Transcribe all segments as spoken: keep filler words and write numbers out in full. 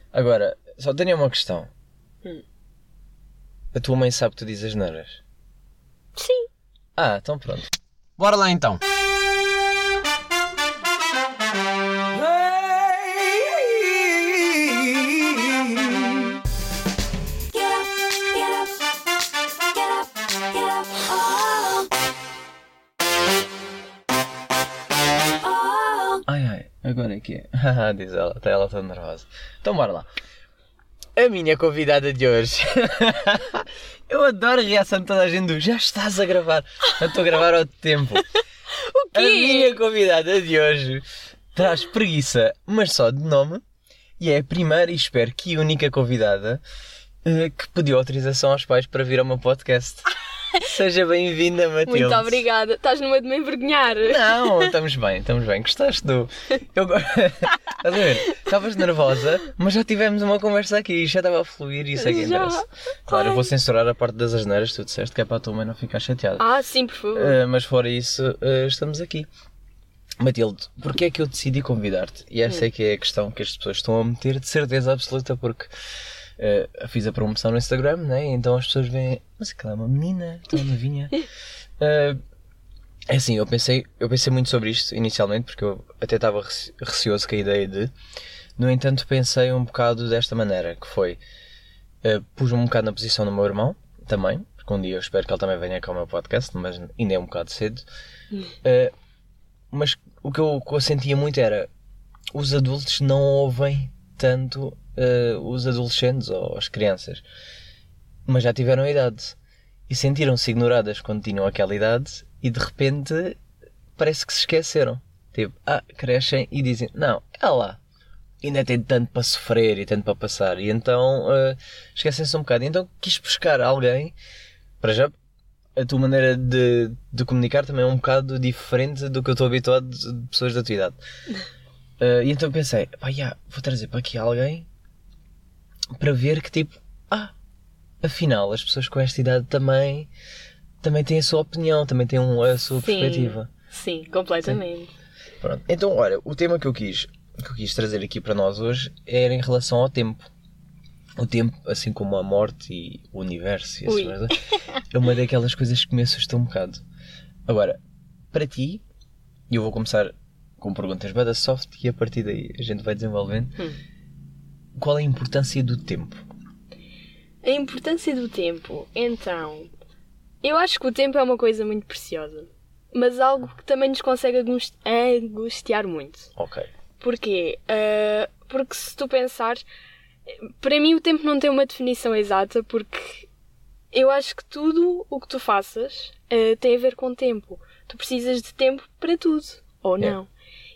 Agora, só tenho uma questão. Hum. A tua mãe sabe que tu dizes asneiras? Sim. Ah, então pronto. Bora lá então. Ai ai, agora é que é. Haha, diz ela, até ela está nervosa. Então bora lá. A minha convidada de hoje. Eu adoro a reação de toda a gente do já estás a gravar. Eu estou a gravar ao tempo. O quê? A minha convidada de hoje traz preguiça, mas só de nome. E é a primeira e espero que única convidada uh, que pediu autorização aos pais para vir ao meu podcast. Seja bem-vinda, Matilde. Muito obrigada. Estás numa de me envergonhar. Não, estamos bem, estamos bem. Gostaste do... Eu... Estás a ver? Estavas nervosa, mas já tivemos uma conversa aqui. Já estava a fluir e isso é que Já. interessa. Claro, eu Ai. vou censurar a parte das asneiras. Tu disseste que é para a tua mãe não ficar chateada. Ah, sim, por favor. Uh, mas fora isso, uh, estamos aqui. Matilde, porquê é que eu decidi convidar-te? E essa é que é a questão que as pessoas estão a meter de certeza absoluta, porque uh, fiz a promoção no Instagram, né? Então as pessoas veem, mas aquela é uma menina, tão novinha. Uh, é assim, eu pensei, eu pensei muito sobre isto inicialmente, porque eu até estava rece- receoso com a ideia de... No entanto, pensei um bocado desta maneira, que foi... Uh, pus-me um bocado na posição do meu irmão, também, porque um dia eu espero que ele também venha cá ao meu podcast, mas ainda é um bocado cedo. Uh, mas o que eu, que eu sentia muito era os adultos não ouvem tanto uh, os adolescentes ou as crianças, mas já tiveram a idade e sentiram-se ignoradas quando tinham aquela idade e de repente parece que se esqueceram, tipo, ah, crescem e dizem, não, é lá, ainda tem tanto para sofrer e tanto para passar, e então uh, esquecem-se um bocado. E então quis buscar alguém, para já a tua maneira de, de comunicar também é um bocado diferente do que eu estou habituado de pessoas da tua idade. Uh, e então pensei, pá, yeah, vou trazer para aqui alguém para ver que tipo, ah, afinal as pessoas com esta idade também, também têm a sua opinião, também têm um, a sua Sim. perspectiva. Sim, completamente. Pronto. Então, olha, o tema que eu quis, que eu quis trazer aqui para nós hoje era em relação ao tempo. O tempo, assim como a morte e o universo e essas Ui. coisas, é uma daquelas coisas que me assusta um bocado. Agora, para ti, e eu vou começar com perguntas bada soft e a partir daí a gente vai desenvolvendo. Hum. Qual é a importância do tempo? A importância do tempo. Então, eu acho que o tempo é uma coisa muito preciosa, mas algo que também nos consegue angust- angustiar muito. Ok. Porquê? Uh, porque se tu pensares, para mim o tempo não tem uma definição exata, porque eu acho que tudo o que tu faças uh, tem a ver com tempo. Tu precisas de tempo para tudo, ou não. Yeah.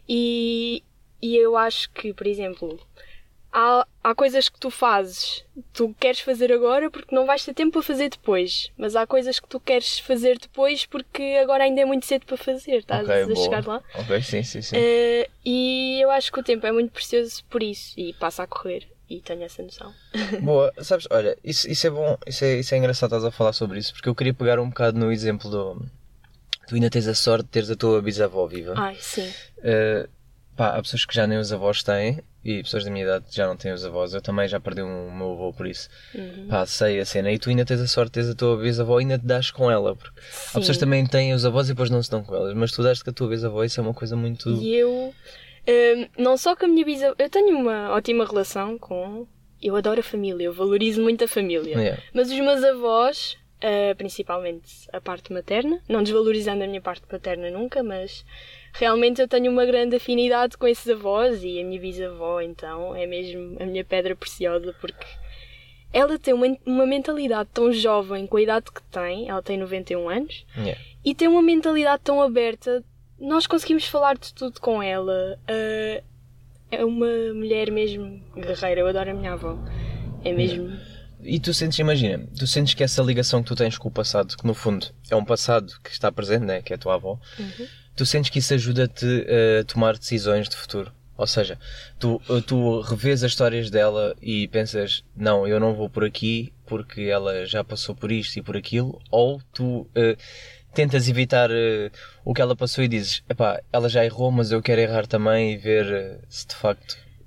E, e eu acho que, por exemplo, há, há coisas que tu fazes, tu queres fazer agora porque não vais ter tempo para fazer depois. Mas há coisas que tu queres fazer depois porque agora ainda é muito cedo para fazer, estás Ok, a boa. chegar lá? Ok, sim, sim, sim. Uh, e eu acho que o tempo é muito precioso por isso, e passa a correr, e tenho essa noção. Boa, sabes, olha, isso, isso é bom, isso é, isso é engraçado estás a falar sobre isso, porque eu queria pegar um bocado no exemplo do... Tu ainda tens a sorte de teres a tua bisavó viva. Ai, sim. Uh, pá, há pessoas que já nem os avós têm, e pessoas da minha idade já não têm os avós. Eu também já perdi um, o meu avô por isso. Uhum. Pá, sei a cena. E tu ainda tens a sorte de teres a tua bisavó e ainda te dás com ela. Porque há Sim. pessoas que também têm os avós e depois não se dão com elas. Mas tu daste com a tua bisavó, isso é uma coisa muito... E eu, um, não só com a minha bisavó, eu tenho uma ótima relação com... Eu adoro a família, eu valorizo muito a família. Yeah. Mas os meus avós, uh, principalmente a parte materna, não desvalorizando a minha parte paterna nunca, mas realmente eu tenho uma grande afinidade com esses avós, e a minha bisavó, então, é mesmo a minha pedra preciosa, porque ela tem uma, uma mentalidade tão jovem com a idade que tem, ela tem noventa e um anos, Yeah. e tem uma mentalidade tão aberta, nós conseguimos falar de tudo com ela. Uh, é uma mulher mesmo guerreira, eu adoro a minha avó. É mesmo... E tu sentes, imagina, tu sentes que essa ligação que tu tens com o passado, que no fundo é um passado que está presente, né, que é a tua avó, Uhum. tu sentes que isso ajuda-te a tomar decisões de futuro? Ou seja, tu, tu revês as histórias dela e pensas, não, eu não vou por aqui porque ela já passou por isto e por aquilo, ou tu uh, tentas evitar uh, o que ela passou e dizes, epá, ela já errou, mas eu quero errar também e ver uh, se de facto...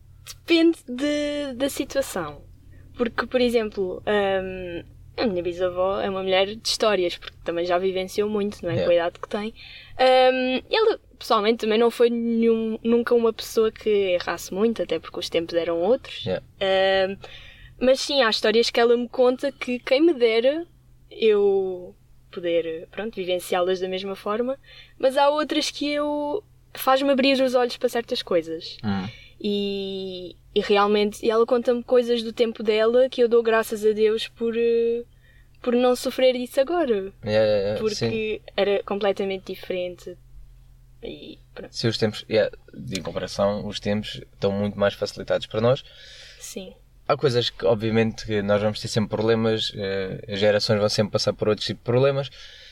depende de, da situação. Porque, por exemplo, um, a minha bisavó é uma mulher de histórias, porque também já vivenciou muito, não é? Yeah. Com a idade que tem. Um, ela, pessoalmente, também não foi nenhum, nunca uma pessoa que errasse muito, até porque os tempos eram outros. Yeah. Um, mas sim, há histórias que ela me conta que quem me dera eu poder, pronto, vivenciá-las da mesma forma, mas há outras que eu faz-me abrir os olhos para certas coisas. Hum. E, e realmente, e ela conta-me coisas do tempo dela que eu dou graças a Deus por, por não sofrer isso agora. Yeah, yeah, yeah. Porque Sim. era completamente diferente. E pronto. Sim, os tempos, yeah, de comparação, os tempos estão muito mais facilitados para nós. Sim. Há coisas que, obviamente, que nós vamos ter sempre problemas, as gerações vão sempre passar por outros tipos de problemas.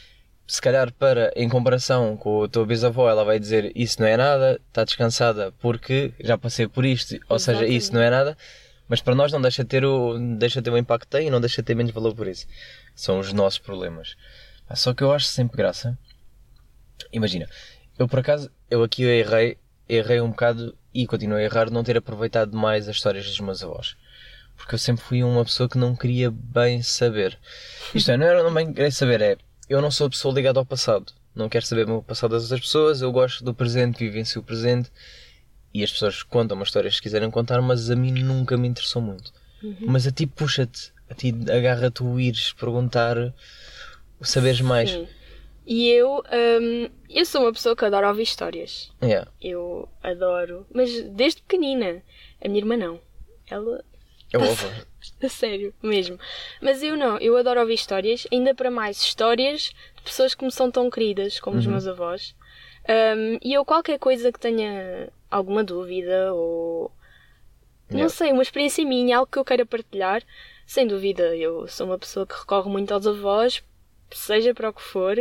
Se calhar, para, em comparação com a tua bisavó, ela vai dizer isso não é nada, está descansada porque já passei por isto, ou Exatamente. seja, isso não é nada, mas para nós não deixa de ter o, deixa de ter o impacto que tem e não deixa de ter menos valor por isso. São os nossos problemas. Só que eu acho sempre graça. Imagina, eu por acaso, eu aqui eu errei, errei um bocado e continuo a errar de não ter aproveitado mais as histórias dos meus avós. Porque eu sempre fui uma pessoa que não queria bem saber. Isto é, não era não bem querer saber, é eu não sou a pessoa ligada ao passado. Não quero saber o passado das outras pessoas, eu gosto do presente, vivencio o presente e as pessoas contam umas histórias que quiserem contar, mas a mim nunca me interessou muito. Uhum. Mas a ti puxa-te, a ti agarra-te o ires perguntar, o saberes mais. Sim. E eu, hum, eu sou uma pessoa que adora ouvir histórias. Yeah. Eu adoro, mas desde pequenina. A minha irmã não. Ela... Eu ouvo. A sério, mesmo. Mas eu não, eu adoro ouvir histórias, ainda para mais histórias de pessoas que me são tão queridas, como uhum. os meus avós. Um, e eu qualquer coisa que tenha alguma dúvida ou... Yeah. Não sei, uma experiência minha, algo que eu queira partilhar, sem dúvida, eu sou uma pessoa que recorre muito aos avós, seja para o que for,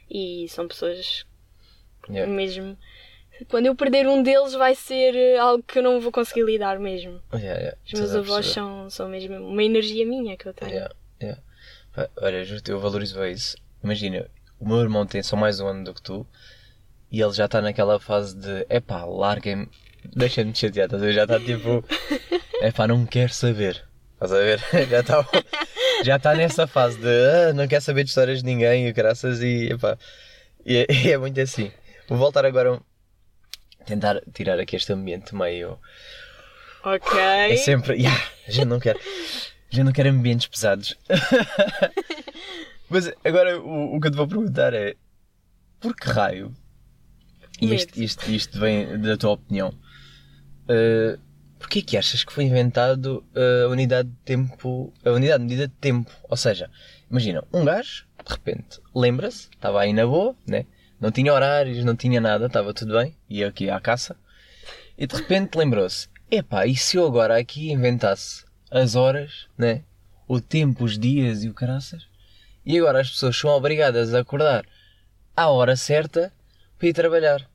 e são pessoas yeah. mesmo... Quando eu perder um deles vai ser algo que eu não vou conseguir lidar mesmo. Yeah, yeah. Os meus avós são, são mesmo uma energia minha que eu tenho. Yeah, yeah. Olha, justo, eu valorizo bem isso. Imagina, o meu irmão tem só mais um ano do que tu e ele já está naquela fase de epá, larguem-me, deixa-me de chatear, estás a ver? Já está tipo, epá, não quero saber. Estás a ver? Já está já está nessa fase de ah, não quer saber de histórias de ninguém e graças e epá. E é, e é muito assim. Vou voltar agora... Tentar tirar aqui este ambiente meio... Ok. É sempre... Yeah, a gente não quer... A gente não quer ambientes pesados. Mas agora o, o que eu te vou perguntar é... Por que raio... E isto, isto, isto vem da tua opinião. Uh, Porquê que achas que foi inventado a unidade de tempo... A unidade de medida de tempo? Ou seja, imagina, um gajo, de repente, lembra-se, estava aí na boa, né? Não tinha horários, não tinha nada, estava tudo bem, ia aqui à caça, e de repente lembrou-se, epá, e se eu agora aqui inventasse as horas, né? O tempo, os dias e o caraças, e agora as pessoas são obrigadas a acordar à hora certa para ir trabalhar.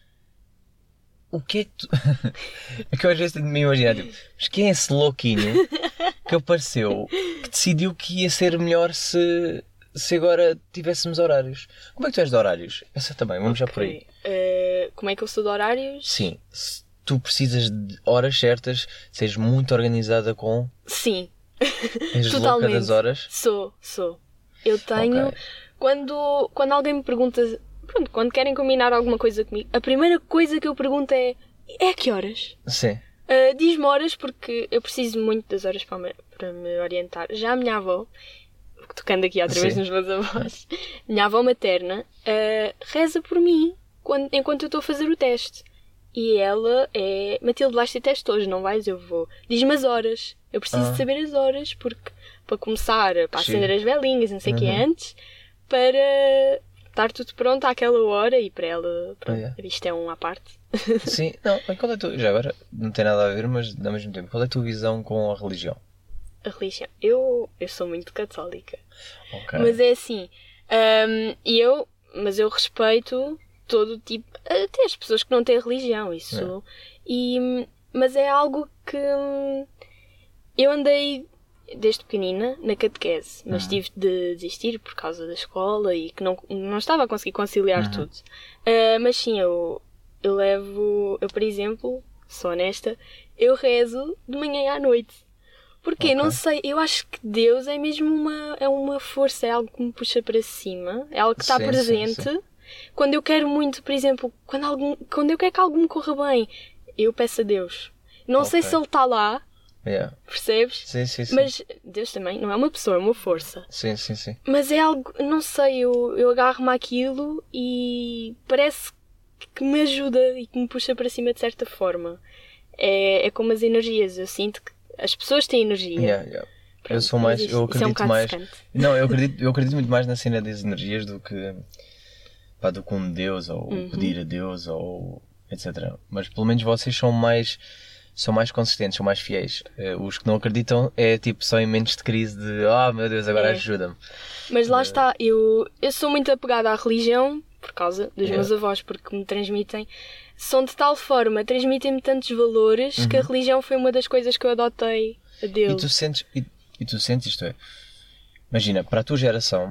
O que é que tu... é que eu às vezes tenho de me imaginar, tipo, mas quem é esse louquinho que apareceu, que decidiu que ia ser melhor se... se agora tivéssemos horários? Como é que tu és de horários? Essa também, vamos okay. já por aí. Uh, como é que eu sou de horários? Sim. Se tu precisas de horas certas, seres muito organizada com... Sim. És louca das horas? Sou, sou. Eu tenho... Okay. Quando, quando alguém me pergunta... Pronto, quando querem combinar alguma coisa comigo, a primeira coisa que eu pergunto é... É a que horas? Sim. Uh, diz-me horas porque eu preciso muito das horas para me, para me orientar. Já a minha avó... tocando aqui outra vez nos meus avós, minha avó materna uh, reza por mim quando, enquanto eu estou a fazer o teste. E ela é Matilde, vais ter teste hoje, não vais? Eu vou. Diz-me as horas. Eu preciso ah. de saber as horas, porque para começar, para Sim. acender as velinhas, não sei o uhum. que é antes, para estar tudo pronto àquela hora e para ela, pronto, oh, yeah. isto é um à parte. Sim, não, qual é a tua, já agora, não tem nada a ver, mas ao mesmo tempo, qual é a tua visão com a religião? A religião. Eu, eu sou muito católica. Okay. Mas é assim, um, eu, mas eu respeito todo tipo, até as pessoas que não têm religião, isso. É. E, mas é algo que hum, eu andei desde pequenina na catequese, mas uhum. tive de desistir por causa da escola e que não, não estava a conseguir conciliar uhum. tudo. Uh, mas sim, eu, eu levo, eu por exemplo, sou honesta, eu rezo de manhã e à noite. Porque, okay. não sei, eu acho que Deus é mesmo uma, é uma força, é algo que me puxa para cima, é algo que está sim, presente. Sim, sim. Quando eu quero muito, por exemplo, quando, algum, quando eu quero que algo me corra bem, eu peço a Deus. Não okay. sei se Ele está lá, yeah. percebes? Sim, sim, sim. Mas Deus também não é uma pessoa, é uma força. Sim, sim, sim. Mas é algo, não sei, eu, eu agarro-me àquilo e parece que me ajuda e que me puxa para cima de certa forma. É, é como as energias, eu sinto que as pessoas têm energia. Yeah, yeah. Pronto, eu sou mais, eu acredito é um mais. Secante. Não, eu acredito, eu acredito muito mais na cena das energias do que, pá, do que um Deus ou uhum. pedir a Deus ou etcétera. Mas pelo menos vocês são mais, são mais consistentes, são mais fiéis. Uh, os que não acreditam é tipo só em momentos de crise de ah, oh, meu Deus, agora é. ajuda-me. Mas lá uh... está, eu, eu sou muito apegada à religião por causa dos yeah. meus avós, porque me transmitem. São de tal forma, transmitem-me tantos valores uhum. que a religião foi uma das coisas que eu adotei a Deus. E tu sentes, e, e tu sentes isto é, imagina, para a tua geração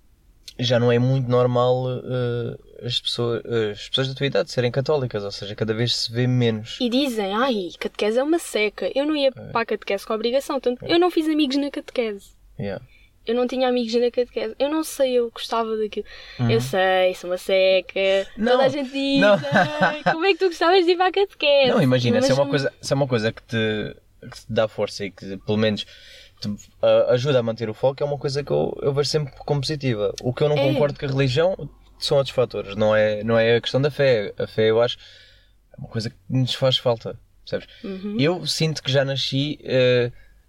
já não é muito normal uh, as, pessoas, uh, as pessoas da tua idade serem católicas, ou seja, cada vez se vê menos. E dizem, ai, catequese é uma seca, eu não ia é. para a catequese com a obrigação, portanto, é. eu não fiz amigos na catequese. Yeah. Eu não tinha amigos na catequese. Eu não sei, eu gostava daquilo. Uhum. Eu sei, sou uma seca. Não, toda a gente diz, como é que tu gostavas de ir para a catequese? Não, imagina, Mas... se, é uma coisa, se é uma coisa que te, que te dá força e que pelo menos te uh, ajuda a manter o foco, é uma coisa que eu, eu vejo sempre como positiva. O que eu não é. concordo com a religião são outros fatores. Não é, não é a questão da fé. A fé, eu acho, é uma coisa que nos faz falta. Percebes? Uhum. Eu sinto que já nasci uh,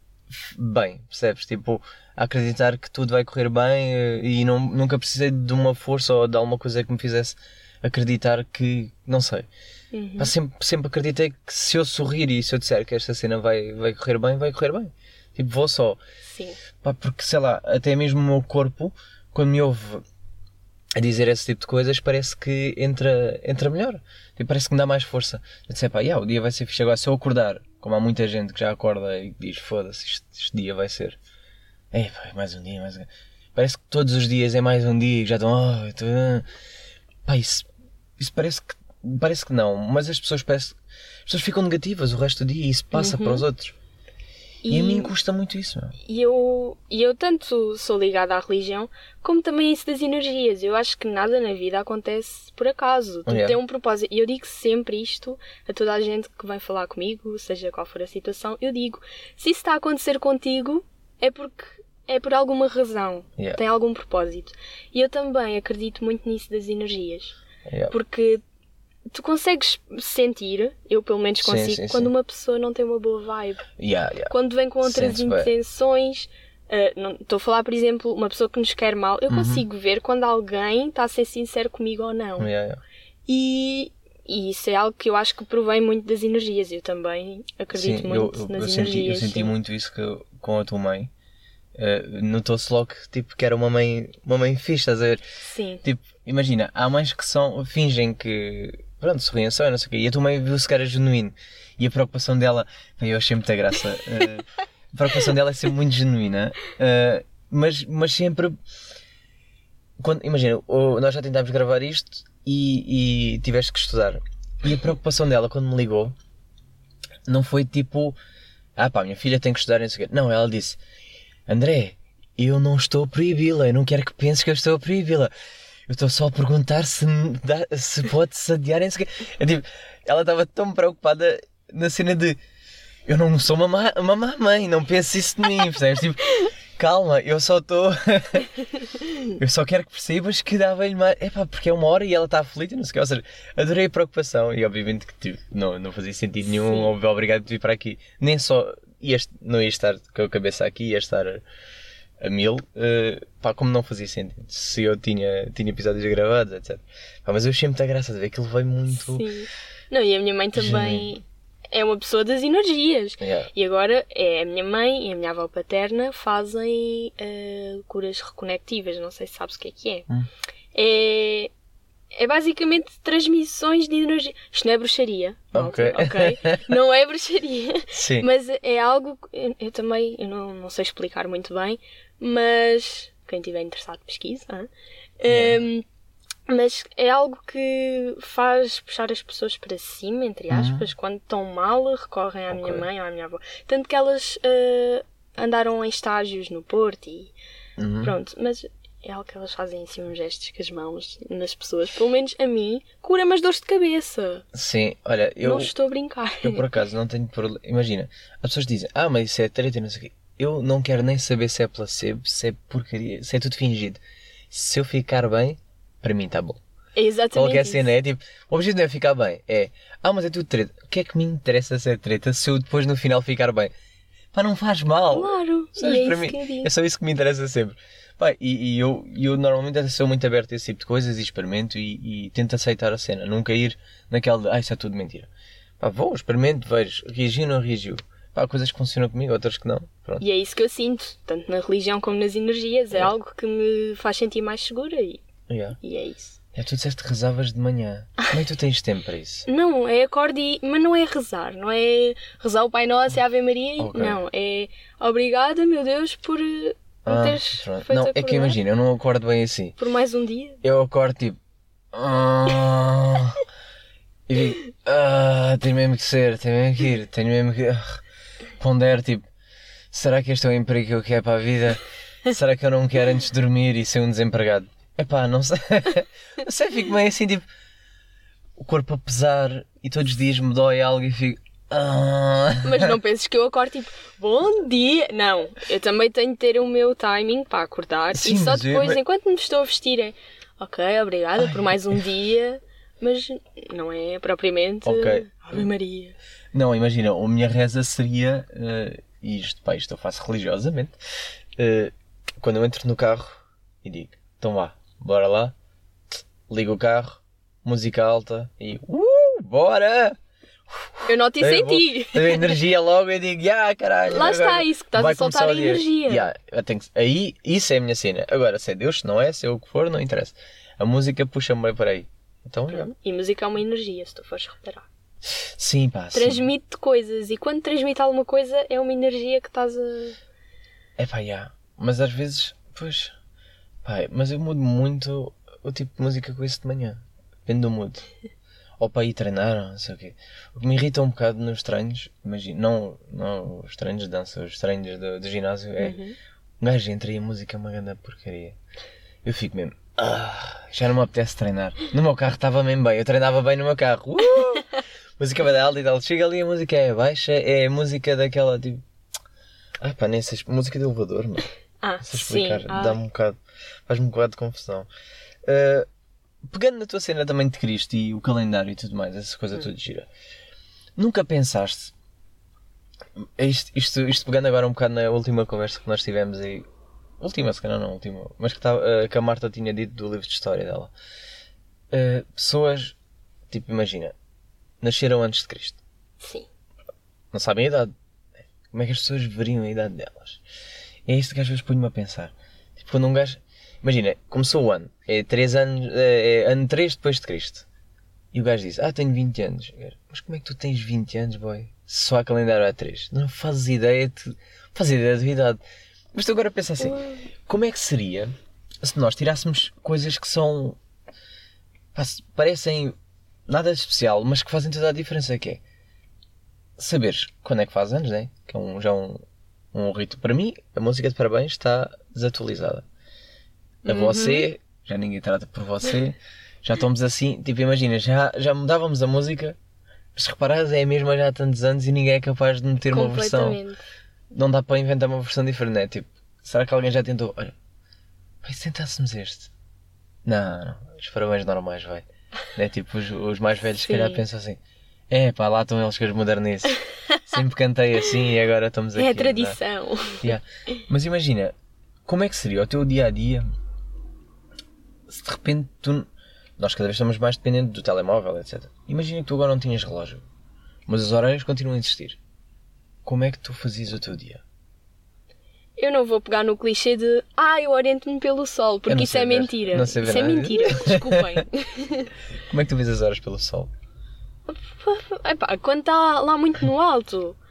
bem, percebes? Tipo... a acreditar que tudo vai correr bem e não, nunca precisei de uma força ou de alguma coisa que me fizesse acreditar que, não sei, uhum. Mas sempre, sempre acreditei que se eu sorrir e se eu disser que esta cena vai, vai correr bem, vai correr bem, tipo, vou só. Sim. Pá, porque sei lá, até mesmo o meu corpo, quando me ouve a dizer esse tipo de coisas, parece que entra, entra melhor, tipo, parece que me dá mais força. Eu disse, pá, yeah, o dia vai ser fixe. Agora se eu acordar, como há muita gente que já acorda e diz, foda-se, este, este dia vai ser... É, pá, mais um dia, mais um dia. Parece que todos os dias é mais um dia e já estão. Oh, tô... Pá, isso, isso parece que. Parece que não, mas as pessoas parece, as pessoas ficam negativas o resto do dia e isso passa uhum. para os outros. E, e a mim custa muito isso. Meu. E eu, eu tanto sou ligada à religião como também a isso das energias. Eu acho que nada na vida acontece por acaso. Tudo yeah. tem um propósito. E eu digo sempre isto a toda a gente que vem falar comigo, seja qual for a situação. Eu digo, se isso está a acontecer contigo, é porque é por alguma razão, yeah. tem algum propósito. E eu também acredito muito nisso das energias. Yeah. Porque tu consegues sentir, eu pelo menos consigo, sim, sim, quando sim. uma pessoa não tem uma boa vibe. Yeah, yeah. Quando vem com outras intenções. Uh, não, estou a falar, por exemplo, uma pessoa que nos quer mal, eu uhum. consigo ver quando alguém está a ser sincero comigo ou não. Yeah, yeah. E, e isso é algo que eu acho que provém muito das energias. Eu também acredito sim, muito eu, eu, nas eu energias. Senti, eu senti sim. muito isso que, com a tua mãe. Uh, notou-se logo que, tipo, que era uma mãe, uma mãe fixe, estás a ver? Sim. Tipo, imagina, há mães que são, fingem que, pronto, sorriem só, não sei o quê, e a tua mãe viu-se que era genuíno. E a preocupação dela, eu achei muita graça, uh, a preocupação dela é sempre muito genuína, uh, mas, mas sempre, quando, imagina, nós já tentámos gravar isto e, e tiveste que estudar. E a preocupação dela, quando me ligou, não foi tipo, ah pá, minha filha tem que estudar, não sei o quê. Não, ela disse, André, eu não estou a proibi-la, eu não quero que penses que eu estou a proibi-la. Eu estou só a perguntar se, dá, se pode-se adiar. Não sei o quê. Eu, tipo, ela estava tão preocupada na cena de eu não sou uma má, uma má mãe, não penses isso de mim, percebes? Tipo, calma, eu só estou. Eu só quero que percebas que dava-lhe mais. É pá, porque é uma hora e ela está aflita, não sei o quê. Ou seja, adorei a preocupação e obviamente que tipo, não, não fazia sentido nenhum. Óbvio, obrigado por vir para aqui. Nem só. Ia, não ia estar com a cabeça aqui, ia estar a, a mil, uh, pá, como não fazia sentido, se eu tinha, tinha episódios gravados, etcétera. Pá, mas eu achei muita graça de ver que ele veio muito. Sim. Não, e a minha mãe também genuíno. É uma pessoa das energias. Yeah. E agora é a minha mãe e a minha avó paterna fazem uh, curas reconectivas, não sei se sabes o que é que é. Hum. É. É basicamente transmissões de energia. Isto não é bruxaria. Ok. okay? Não é bruxaria. Sim. Mas é algo que eu, eu também eu não, não sei explicar muito bem, mas quem estiver interessado pesquisa. Yeah. Um, Mas é algo que faz puxar as pessoas para cima, entre aspas, uhum. quando estão mal, recorrem à okay. minha mãe ou à minha avó. Tanto que elas uh, andaram em estágios no Porto e uhum. pronto, mas é algo que elas fazem assim uns gestos com as mãos nas pessoas. Pelo menos a mim, cura-me as dores de cabeça. Sim, olha, eu... Não estou a brincar. Eu por acaso não tenho problema. Imagina, as pessoas dizem, ah, mas isso é treta e não sei o quê. Eu não quero nem saber se é placebo, se é porcaria, se é tudo fingido. Se eu ficar bem, para mim está bom. É exatamente qualquer isso. cena é tipo, o objetivo não é ficar bem, é, ah, mas é tudo treta. O que é que me interessa ser treta se eu depois no final ficar bem? Pá, não faz mal. Claro, sabes, e é para isso mim, que eu digo. é só isso que me interessa sempre. Pá, e, e eu, eu normalmente sou muito aberto a esse tipo de coisas e experimento e, e tento aceitar a cena, nunca ir naquela de, ah, isso é tudo mentira. Pá, vou, experimento, vejo, reagiu ou não reagiu. Pá, há coisas que funcionam comigo, outras que não. Pronto. E é isso que eu sinto, tanto na religião como nas energias, é, é. algo que me faz sentir mais segura e, yeah. e é isso. É, tu disseste que rezavas de manhã. Como é que tu tens tempo para isso? Não, é acorde e... Mas não é rezar. Não é rezar o Pai Nosso e a Ave Maria. Okay. Não, é obrigada, meu Deus, por me ah, teres pronto. feito Não, acordar. é que imagina, eu não acordo bem assim. Por mais um dia? Eu acordo tipo... Ah, e digo... Ah, tem mesmo que ser, tem mesmo que ir, tenho mesmo que... Ah, pondero tipo... Será que este é o emprego que eu quero para a vida? Será que eu não quero antes de dormir e ser um desempregado? Epá, não sei. Não sei, fico meio assim, tipo... O corpo a pesar e todos os dias me dói algo e fico... Ah. Mas não penses que eu acordo tipo... Bom dia! Não, eu também tenho de ter o meu timing para acordar. Sim, e só depois, eu... enquanto me estou a vestir, é... Ok, obrigada Ai. por mais um dia. Mas não é propriamente... Okay. Ave Maria. Não, imagina, a minha reza seria... Uh, isto, pá, isto eu faço religiosamente. Uh, quando eu entro no carro e digo... Então vá. Bora lá, ligo o carro, música alta e uh, bora! Eu não te senti. Tenho energia logo e digo, ah, caralho. Lá está isso, que estás a soltar a energia. Yeah, eu tenho que... Aí, isso é a minha cena. Agora, se é Deus, se não é, se é o que for, não interessa. A música puxa-me bem para aí. Então, já. E música é uma energia, se tu fores reparar. Sim, pá. Transmite sim. coisas e quando transmite alguma coisa é uma energia que estás a... É pá, já. Yeah. Mas às vezes, pois... Pai, mas eu mudo muito o tipo de música com isso de manhã. Depende do mood. Ou para ir treinar, não sei o quê. O que me irrita um bocado nos treinos, imagina, não, não os treinos de dança, os treinos do, do ginásio, é uhum. um gajo entra e a música é uma grande porcaria. Eu fico mesmo, ah, já não me apetece treinar. No meu carro estava mesmo bem, eu treinava bem no meu carro. Uh! Música vai dar alta e tal. Chega ali, a música é baixa, é a música daquela tipo. Ah pá, nem sei, música de elevador, mano. Ah, não sei explicar, sim. dá-me um bocado, faz-me um bocado de confusão. Uh, pegando na tua cena também de Cristo e o calendário e tudo mais, essa coisa hum. toda gira, nunca pensaste, isto, isto, isto pegando agora um bocado na última conversa que nós tivemos aí, última se calhar não última, mas que, tá, uh, que a Marta tinha dito do livro de história dela, uh, pessoas, tipo imagina, nasceram antes de Cristo. Sim. Não sabem a idade. Como é que as pessoas veriam a idade delas? É isto que às vezes põe-me a pensar. Tipo, quando um gajo... Imagina, começou o ano. É três anos... É ano três depois de Cristo. E o gajo diz, ah, tenho vinte anos. Mas como é que tu tens vinte anos, boy? Se só há calendário há três. Não fazes ideia de... Fazes ideia da tua idade. Mas tu agora pensa assim, como é que seria se nós tirássemos coisas que são... parecem nada de especial, mas que fazem toda a diferença, que é... Saberes quando é que faz anos, né? Que é um, já um... Um rito. Para mim, a música de parabéns está desatualizada. A uhum. você, já ninguém trata por você, já estamos assim, tipo, imagina, já, já mudávamos a música, mas se reparares é a mesma já há tantos anos e ninguém é capaz de meter uma versão. Não dá para inventar uma versão diferente, né? Tipo, será que alguém já tentou? Olha, vai, se tentássemos este. Não, não, os parabéns normais, vai. Né? Tipo, os, os mais velhos se calhar pensam assim, é pá, lá estão eles com as modernices. Sempre cantei assim e agora estamos aqui. É a tradição. Yeah. Mas imagina, como é que seria o teu dia-a-dia se de repente tu... Nós cada vez estamos mais dependentes do telemóvel, etcétera. Imagina que tu agora não tinhas relógio, mas os horários continuam a existir. Como é que tu fazias o teu dia? Eu não vou pegar no clichê de ah, eu oriento-me pelo sol, porque isso é ver. mentira. Não sei ver isso nada. é mentira, desculpem. Como é que tu vês as horas pelo sol? Epá, quando está lá muito no alto,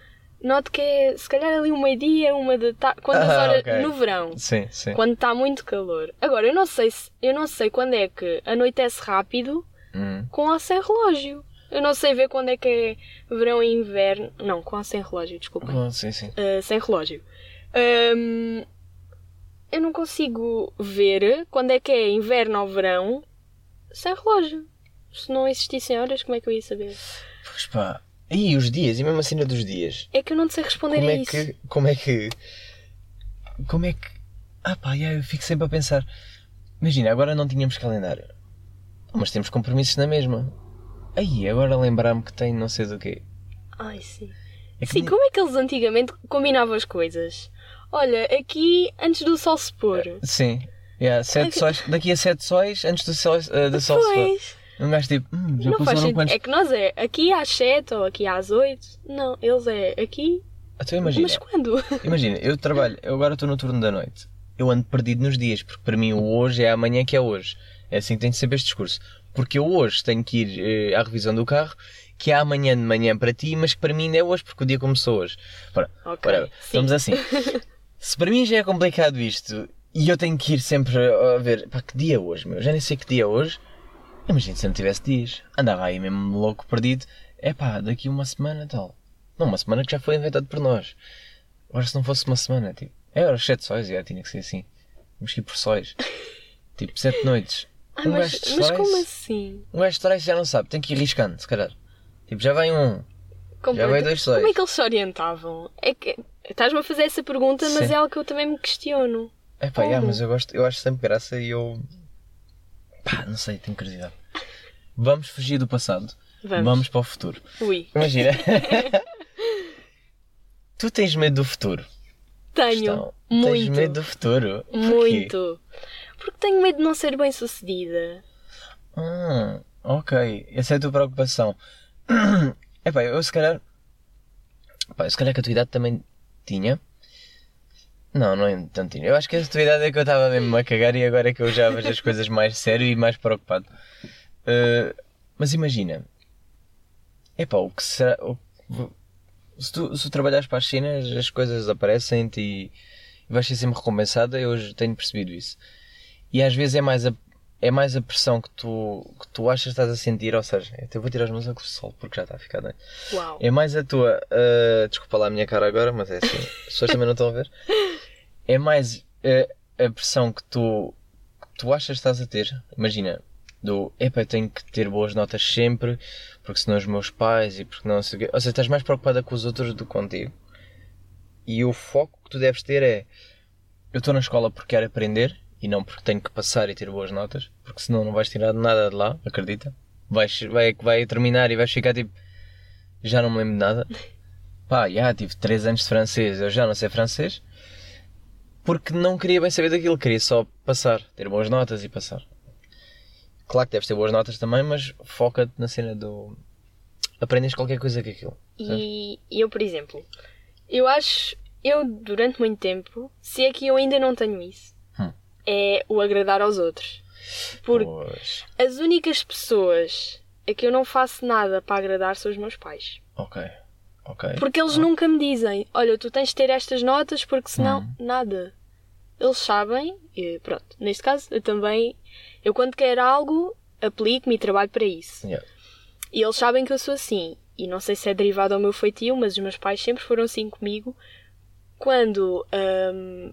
noto que é se calhar ali um meio-dia, uma da tarde, quantas Ah, horas ok. no verão, Sim, sim. quando está muito calor. Agora, eu não sei se, eu não sei quando é que anoitece rápido Hum. com ou sem relógio. Eu não sei ver quando é que é verão e inverno. Não, com ou sem relógio, desculpem. Oh, sim, sim. Uh, sem relógio. Hum, eu não consigo ver quando é que é inverno ou verão sem relógio. Se não existissem horas, como é que eu ia saber? Pois pá. E os dias, e mesmo a cena dos dias. É que eu não te sei responder Como a é isso. que. Como é que. Como é que. Ah pá, yeah, eu fico sempre a pensar. Imagina, agora não tínhamos calendário. Mas temos compromissos na mesma. Aí, agora lembrar-me que tem não sei do quê. Ai, sim. É que Sim, nem- como é que eles antigamente combinavam as coisas? Olha, aqui antes do sol se pôr. Sim. Yeah, sete sóis, daqui a sete sóis, antes do sol, uh, do sol se pôr. Pois. Um gajo tipo, hum, já Não faz passaram sentido. quantos... É que nós é aqui às sete ou aqui às oito. Não, eles é aqui. Então imagina, Mas quando? imagina, eu trabalho, eu agora estou no turno da noite. Eu ando perdido nos dias, porque para mim o hoje é amanhã que é hoje. É assim que tenho sempre este discurso. Porque eu hoje tenho que ir eh, à revisão do carro, que é amanhã de manhã para ti, mas que para mim ainda é hoje, porque o dia começou hoje. Ora, Ok, whatever. sim. Vamos assim. Se para mim já é complicado isto, e eu tenho que ir sempre a ver, pá, que dia é hoje, meu? Já nem sei que dia é hoje. Imagina se eu não tivesse dias. Andava aí mesmo louco, perdido. É pá, daqui uma semana tal. Não, uma semana que já foi inventado por nós. Agora se não fosse uma semana, tipo... É, era sete sóis, já tinha que ser assim. Temos que ir por sóis. Tipo, sete noites. Ai, um mas, gajo de mas sóis... como assim? Um gajo de sóis já não sabe, tem que ir riscando, se calhar. Tipo, já vem um. Completa- vai dois sóis. Como é que eles se orientavam? É que estás-me a fazer essa pergunta, mas Sim. é algo que eu também me questiono. É pá, Como? já, mas eu gosto, eu acho sempre graça e eu... Pá, não sei, tenho curiosidade. Vamos fugir do passado. Vamos. para o futuro. Ui, Imagina. Tu tens medo do futuro? tenho. Questão. Tens Muito. medo do futuro? Porquê? Muito. Porque tenho medo de não ser bem sucedida. Ah, ok. Essa é a tua preocupação. Epá, eu se calhar... Pá, eu se calhar que a tua idade também tinha. Não, não é tanto tinha. Eu acho que a tua idade é que eu estava mesmo a cagar e agora é que eu já vejo as coisas mais sério e mais preocupado. Uh, mas imagina. Epá, o que será... O, se, tu, se tu trabalhares para as cenas, as coisas aparecem-te e, e vais ser sempre recompensada. Eu hoje tenho percebido isso. E às vezes é mais a, é mais a pressão que tu, que tu achas que estás a sentir. Ou seja, eu vou tirar os meus óculos de sol porque já está a ficar bem. Uau. É mais a tua... uh, desculpa lá a minha cara agora, mas é assim. As pessoas também não estão a ver. É mais uh, a pressão que tu, que tu achas que estás a ter. Imagina, do... Epá, eu tenho que ter boas notas sempre, porque senão os meus pais e porque não sei o quê. Ou seja, estás mais preocupada com os outros do que contigo. E o foco que tu deves ter é... Eu estou na escola porque quero aprender e não porque tenho que passar e ter boas notas, porque senão não vais tirar nada de lá, acredita. Vais, vai, vai terminar e vais ficar tipo... Já não me lembro de nada. Pá, já tive três anos de francês, eu já não sei francês. Porque não queria bem saber daquilo, queria só passar, ter boas notas e passar. Claro que deves ter boas notas também, mas foca-te na cena do... Aprendes qualquer coisa com aquilo. E eu, por exemplo, eu acho, eu durante muito tempo, se é que eu ainda não tenho isso, Hum. é o agradar aos outros. Porque Pois... as únicas pessoas a que eu não faço nada para agradar são os meus pais. Ok, ok. Porque eles nunca me dizem, olha, tu tens de ter estas notas porque senão, Hum. nada. Eles sabem, e pronto, neste caso, eu também, eu quando quero algo, aplico-me e trabalho para isso. Yeah. E eles sabem que eu sou assim. E não sei se é derivado ao meu feitio, mas os meus pais sempre foram assim comigo. Quando... hum,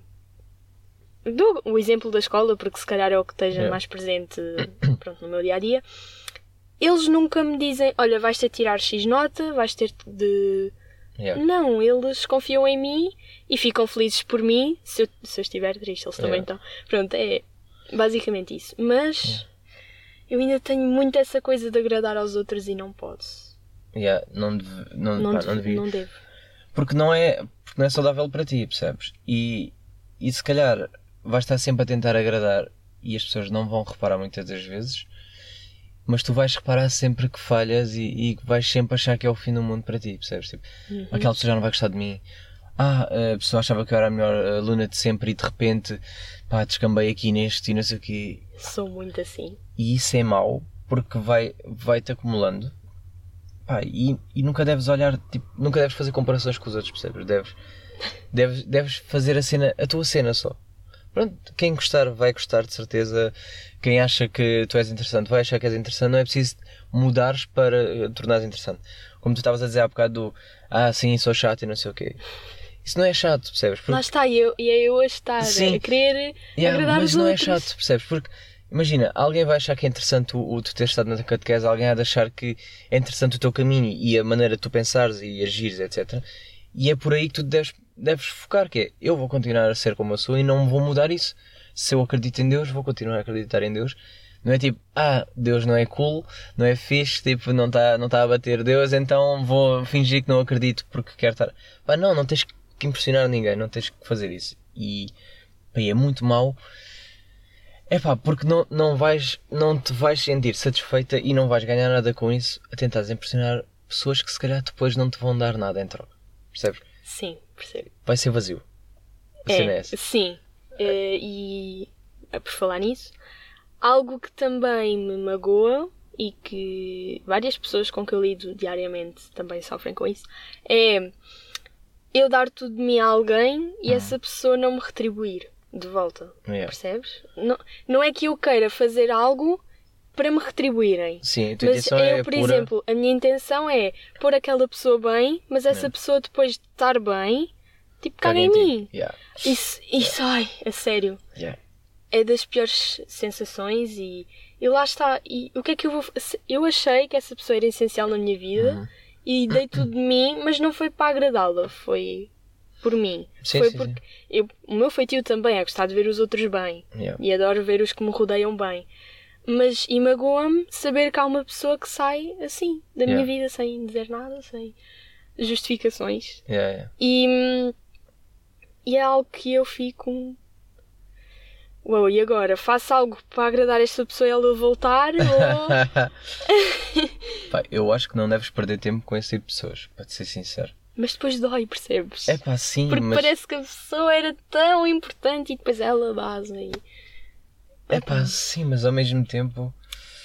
dou o exemplo da escola, porque se calhar é o que esteja Yeah. mais presente pronto, no meu dia-a-dia. Eles nunca me dizem, olha, vais ter de tirar X nota, vais ter de... Yeah. Não, eles confiam em mim e ficam felizes por mim. Se eu, se eu estiver triste, eles também Yeah. estão. Pronto, é basicamente isso. Mas Yeah. eu ainda tenho muito essa coisa de agradar aos outros e não posso. Yeah, não, deve, não, Não, pá, devo, não devia. não devo. Porque não é, porque não é saudável para ti, percebes? E, e se calhar vais estar sempre a tentar agradar e as pessoas não vão reparar muitas das vezes, mas tu vais reparar sempre que falhas e, e vais sempre achar que é o fim do mundo para ti, percebes? Tipo, Uhum. aquela pessoa já não vai gostar de mim. Ah, a pessoa achava que eu era a melhor aluna de sempre e de repente, pá, descambei aqui neste e não sei o quê. Sou muito assim. E isso é mau porque vai, vai-te acumulando. Pá, e, e nunca deves olhar, tipo, nunca deves fazer comparações com os outros, percebes? Deves, deves, deves fazer a cena, a tua cena só. Pronto, quem gostar vai gostar de certeza. Quem acha que tu és interessante vai achar que és interessante. Não é preciso mudares para uh, tornares interessante. Como tu estavas a dizer há bocado do, ah, sim, sou chato e não sei o quê. Isso não é chato, percebes? Porque... Lá está, e eu, e é eu a estar sim. a querer yeah, agradar mas os não outros. É chato, percebes? Porque, imagina, alguém vai achar que é interessante o, o tu ter estado na catequese, alguém há de achar que é interessante o teu caminho e a maneira de tu pensares e agires, etcétera. E é por aí que tu deves, deves focar, que é, eu vou continuar a ser como eu sou e não vou mudar isso. Se eu acredito em Deus, vou continuar a acreditar em Deus. Não é tipo, ah, Deus não é cool, não é fixe, tipo, não está não tá a bater Deus, então vou fingir que não acredito porque quero estar... Pá, não, não tens que impressionar ninguém, não tens que fazer isso. E, pá, é muito mau. É pá, porque não, não, vais, não te vais sentir satisfeita e não vais ganhar nada com isso a tentares impressionar pessoas que se calhar depois não te vão dar nada em troca. Percebes? Sim, percebo. Vai ser vazio. A é, cena é essa. Sim. Uh, e, por falar nisso, algo que também me magoa e que várias pessoas com que eu lido diariamente também sofrem com isso, é eu dar tudo de mim a alguém e hum. essa pessoa não me retribuir de volta. Yeah. Percebes? Não, não é que eu queira fazer algo para me retribuírem. Sim, a tua mas intenção eu, é por pura... exemplo, a minha intenção é pôr aquela pessoa bem, mas essa yeah. pessoa depois de estar bem, tipo, caga em mim. Yeah. Isso, isso yeah. ai, a sério. Yeah. É das piores sensações e, e lá está. E o que é que eu vou... Eu achei que essa pessoa era essencial na minha vida uhum. e dei tudo de mim, mas não foi para agradá-la, foi por mim. Sim, foi sim, porque sim. Eu, o meu feitio também é gostar de ver os outros bem yeah. e adoro ver os que me rodeiam bem. Mas e magoa-me saber que há uma pessoa que sai assim da minha yeah. vida sem dizer nada, sem justificações. Yeah, yeah. E, e é algo que eu fico... Uau, e agora? Faço algo para agradar esta pessoa e ela voltar? Ou... Pá, eu acho que não deves perder tempo com esse tipo de pessoas, para te ser sincero. Mas depois dói, percebes? É pá, sim, Porque mas... parece que a pessoa era tão importante e depois ela base e... É pá, sim, mas ao mesmo tempo...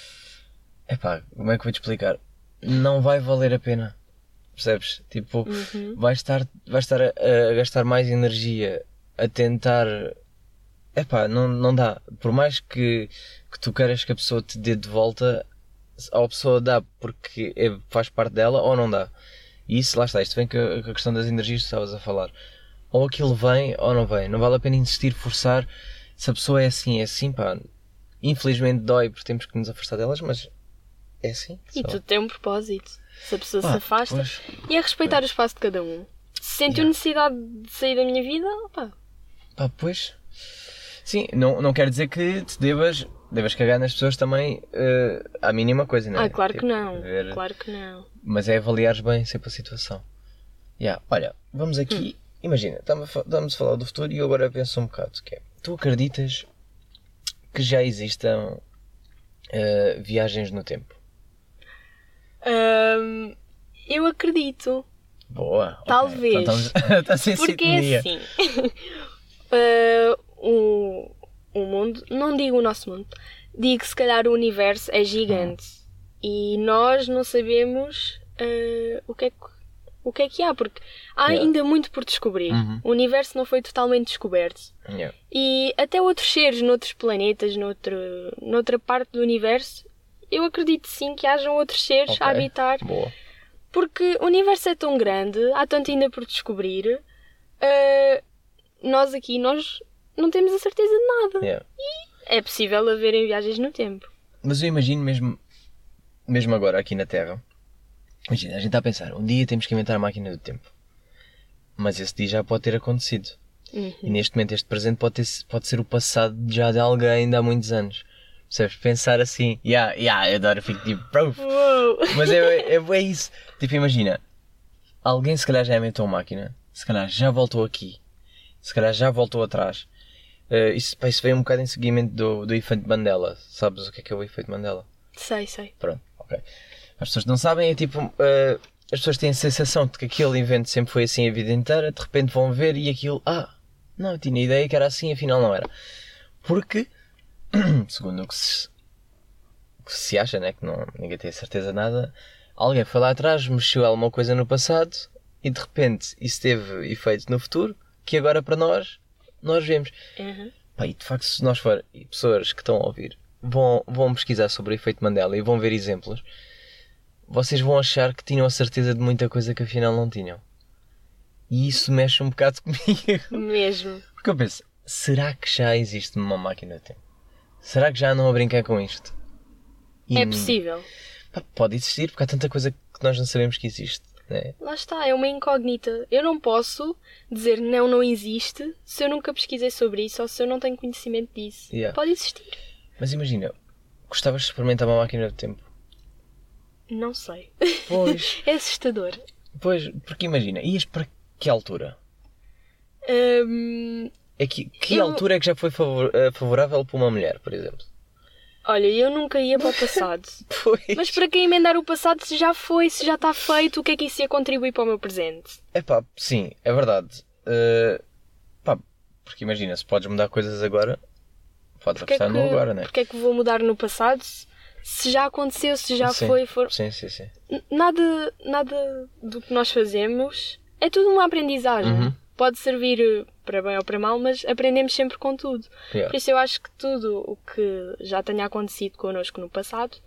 É pá, como é que eu vou te explicar? Não vai valer a pena, percebes? Tipo, uhum. vais estar, vais estar a, a gastar mais energia a tentar... É pá, não, não dá. Por mais que, que tu queiras que a pessoa te dê de volta, a pessoa dá porque é, faz parte dela ou não dá. E isso, lá está, isto vem com a, com a questão das energias que tu estavas a falar. Ou aquilo vem ou não vem. Não vale a pena insistir, forçar. Se a pessoa é assim, é assim, pá. Infelizmente dói porque temos que nos afastar delas, mas é assim. E só. tudo tem um propósito. Se a pessoa pá, se afasta, pois, e é respeitar pois. o espaço de cada um. Se sentiu yeah. necessidade de sair da minha vida, pá. Pá, pois... Sim, não, não quer dizer que te devas, devas cagar nas pessoas também uh, à mínima coisa, não é? Ah, claro tipo, que não, ver... claro que não. Mas é avaliares bem sempre a situação. Yeah. Olha, vamos aqui, hum. imagina, estamos a falar do futuro e eu agora penso um bocado, que é, tu acreditas que já existam uh, viagens no tempo? Um, eu acredito. Boa. Talvez. Okay. Então, estamos, estamos em Porque sintonia. é assim... uh, O, o mundo, não digo o nosso mundo, digo que se calhar o universo é gigante hum. e nós não sabemos uh, o, que é que, o que é que há, porque há yeah. ainda muito por descobrir. Uhum. O universo não foi totalmente descoberto. Yeah. E até outros seres noutros planetas, noutro, noutra parte do universo, eu acredito sim que hajam outros seres okay. a habitar. Boa. Porque o universo é tão grande, há tanto ainda por descobrir. Uh, nós aqui, nós... não temos a certeza de nada. Yeah. E é possível haverem viagens no tempo. Mas eu imagino mesmo, mesmo agora aqui na Terra, imagina, a gente está a pensar, um dia temos que inventar a máquina do tempo. Mas esse dia já pode ter acontecido. Uhum. E neste momento este presente pode, ter, pode ser o passado já de alguém de há muitos anos. Percebes? Pensar assim, yeah, yeah, eu adoro, fico tipo, proof. Mas é, é, é isso. Tipo, imagina, alguém se calhar já inventou uma máquina, se calhar já voltou aqui, se calhar já voltou atrás. Uh, isso, pá, isso veio um bocado em seguimento do, do efeito Mandela. Sabes o que é que é o efeito Mandela? Sei, sei. Pronto, ok. As pessoas não sabem, é tipo, uh, as pessoas têm a sensação de que aquele evento sempre foi assim a vida inteira, de repente vão ver e aquilo, ah, não, eu tinha ideia que era assim, afinal não era. Porque, segundo o que se, que se acha, né, que não, ninguém tem certeza de nada, alguém foi lá atrás, mexeu alguma coisa no passado e de repente isso teve efeito no futuro que agora para nós, nós vemos. Uhum. Pá, e de facto, se nós for, e pessoas que estão a ouvir, vão, vão pesquisar sobre o efeito Mandela e vão ver exemplos, vocês vão achar que tinham a certeza de muita coisa que afinal não tinham. E isso mexe um bocado comigo. Mesmo. Porque eu penso, será que já existe uma máquina do tempo? Será que já andam a brincar com isto? E, É possível. pá, pode existir, porque há tanta coisa que nós não sabemos que existe. Né? Lá está, é uma incógnita. Eu não posso dizer não, não existe se eu nunca pesquisei sobre isso ou se eu não tenho conhecimento disso. Yeah. Pode existir. Mas imagina, gostavas de experimentar uma máquina do tempo? Não sei. Pois, É assustador. pois, porque imagina, ias para que altura? Hum, É que, que Eu- altura é que já foi favor- eh, favorável para uma mulher, por exemplo? olha, eu nunca ia para o passado. Pois. Mas para que emendar o passado se já foi, se já está feito, o que é que isso ia contribuir para o meu presente? É pá, sim, é verdade. Uh, pá, porque imagina, se podes mudar coisas agora, podes Porque é, apostar que, no agora, né? porque é que vou mudar no passado se se já aconteceu, se já Sim, foi, for... Sim, sim, sim. N- Nada, nada do que nós fazemos é tudo uma aprendizagem. Uhum. Pode servir eh, para bem ou para mal, mas aprendemos sempre com tudo. Yeah. Por isso eu acho que tudo o que já tenha acontecido connosco no passado,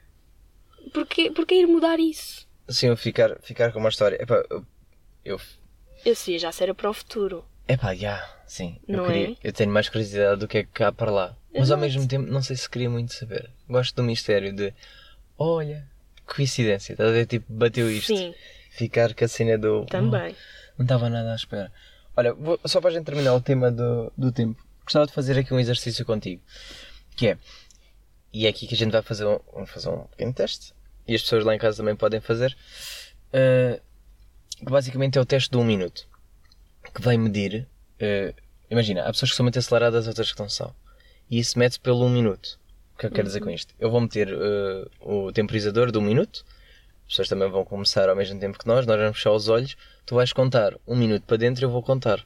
porque, porque ir mudar isso? Sim, eu ficar, ficar com uma história. Epá, eu. eu Eu sei, já será para o futuro. epá, já, sim. Eu, Não queria, é? eu tenho mais curiosidade do que é que cá para lá. Mas ao Exato. mesmo tempo, não sei se queria muito saber. Gosto do mistério de. Olha, coincidência, estás a ver? Tipo, bateu isto. Sim, Ficar com a cena do. também. Não estava nada à espera. Olha, vou- só para a gente terminar o tema do, do tempo, gostava de fazer aqui um exercício contigo. Que é, e é aqui que a gente vai fazer um, vamos fazer um pequeno teste, e as pessoas lá em casa também podem fazer, uh, que basicamente é o teste de um minuto, que vai medir, uh, imagina, há pessoas que são muito aceleradas, outras que não são, e isso mede pelo um minuto. O que eu quero dizer com isto? Eu vou meter uh, o temporizador de um minuto, as pessoas também vão começar ao mesmo tempo que nós, nós vamos fechar os olhos, tu vais contar um minuto para dentro e eu vou contar.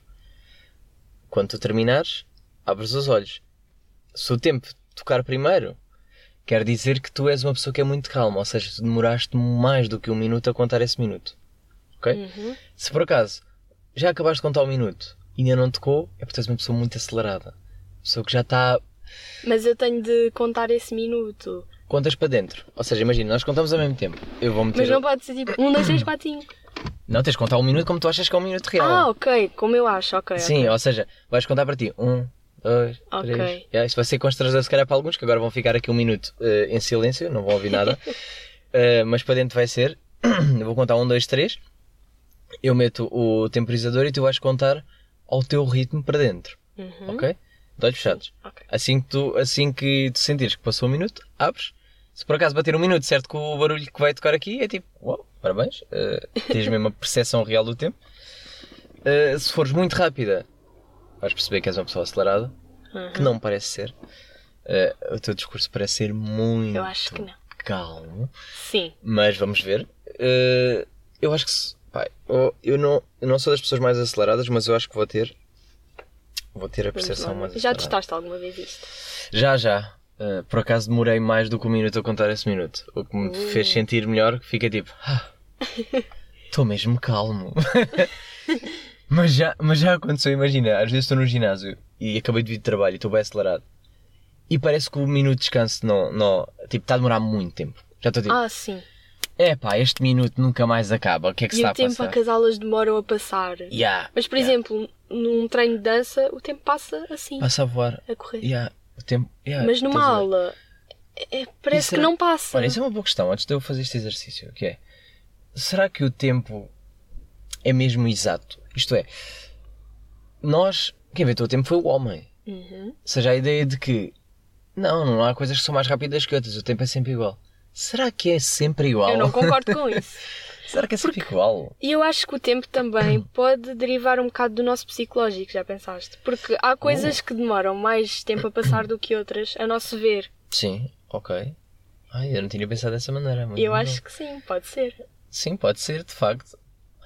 Quando tu terminares, abres os olhos. Se o tempo tocar primeiro, quer dizer que tu és uma pessoa que é muito calma, ou seja, tu demoraste mais do que um minuto a contar esse minuto. Ok? Uhum. Se por acaso já acabaste de contar um minuto e ainda não tocou, é porque tu és uma pessoa muito acelerada. Pessoa que já está... Mas eu tenho de contar esse minuto. Contas para dentro. Ou seja, imagina, nós contamos ao mesmo tempo. Eu vou meter... Mas não pode ser tipo um, dois, três, quatro, cinco. Não, tens de contar um minuto como tu achas que é um minuto real. Ah, ok, como eu acho, ok. Sim, ok. ou seja, vais contar para ti. Um, dois, Ok. três. Yeah, isto vai ser constrangedor se calhar para alguns, que agora vão ficar aqui um minuto eh, em silêncio, não vão ouvir nada. Eh, mas para dentro vai ser. Eu vou contar um, dois, três. Eu meto o temporizador e tu vais contar ao teu ritmo para dentro. Uhum. Ok? De olhos fechados. Ok. Assim que, tu, assim que tu sentires que passou um minuto, abres. Se por acaso bater um minuto, certo, com o barulho que vai tocar aqui, é tipo, uau, parabéns, uh, tens mesmo a percepção real do tempo. Uh, se fores muito rápida, vais perceber que és uma pessoa acelerada, Uhum. que não me parece ser. Uh, o teu discurso parece ser muito Eu acho que não. calmo, Sim. mas vamos ver. Uh, eu acho que, se, pá, eu, eu, não, eu não sou das pessoas mais aceleradas, mas eu acho que vou ter, vou ter a Vamos percepção lá. mais Já acelerada. testaste alguma vez isto? Já, já. Uh, por acaso demorei mais do que um minuto a contar esse minuto. O que me Uh. fez sentir melhor, que fica tipo... Estou mesmo calmo. mas, já, mas já aconteceu, imagina. Às vezes estou no ginásio e acabei de vir de trabalho e estou bem acelerado. E parece que o minuto de descanso não... não tipo, está a demorar muito tempo. Já estou tipo... Ah, sim. É pá, este minuto nunca mais acaba. O que é que se E está o a tempo passar? a que as aulas demoram a passar. Yeah, Mas, por yeah. exemplo, num treino de dança, o tempo passa assim, Passa a voar. a correr. Yeah, o tempo... yeah, Mas numa estás a ver? aula, é- é- parece Isso que era- não passa. Olha, isso é uma boa questão, antes de eu fazer este exercício, que é, será que o tempo é mesmo exato? Isto é, nós, quem inventou o tempo foi o homem. Uhum. Ou seja, a ideia de que, não, não há coisas que são mais rápidas que outras, o tempo é sempre igual. Será que é sempre igual? Eu não concordo com isso. Será que é sempre igual? E eu acho que o tempo também pode derivar um bocado do nosso psicológico, já pensaste? Porque há coisas que demoram mais tempo a passar do que outras, a nosso ver. Sim, ok. Ai, eu não tinha pensado dessa maneira. Mas E eu não. acho que sim, pode ser. Sim, pode ser, de facto.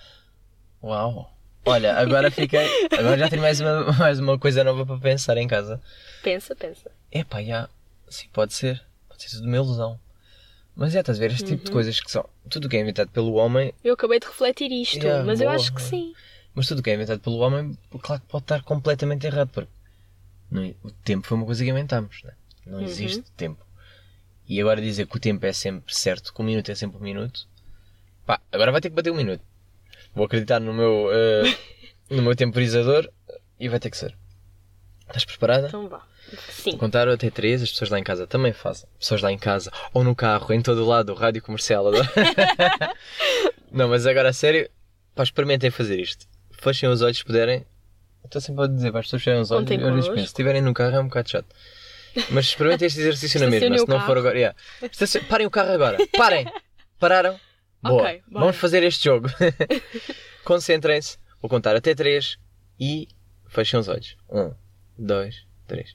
Uau. Olha, agora fiquei. Agora já tenho mais uma, mais uma coisa nova para pensar em casa. Pensa, pensa. Epá, já. Sim, pode ser. Pode ser tudo uma ilusão. Mas é, estás a ver, este uhum. tipo de coisas que são... Tudo o que é inventado pelo homem... Eu acabei de refletir isto, yeah, mas boa, eu acho que sim. Mas tudo o que é inventado pelo homem, claro que pode estar completamente errado, porque não, o tempo foi uma coisa que inventámos, não, é? Não existe uhum. tempo. E agora dizer que o tempo é sempre certo, que um minuto é sempre um minuto... Pá, agora vai ter que bater um minuto. Vou acreditar no meu, uh, no meu temporizador e vai ter que ser. Estás preparada? Então vá. Sim. Vou contar até três, as pessoas lá em casa também fazem. Pessoas lá em casa, ou no carro, em todo o lado, rádio comercial. Não, mas agora a sério, pá, experimentem fazer isto. Fechem os olhos se puderem. Estou sempre a dizer, para as pessoas fecharem os olhos. Eu lhes penso, se estiverem no carro é um bocado chato. Mas experimentem este exercício na mesma, se não for agora. Yeah. Estacion... Parem o carro agora. Parem. Pararam? Boa. Okay, vamos fazer este jogo. Concentrem-se. Vou contar até três e fechem os olhos. Um, dois, três.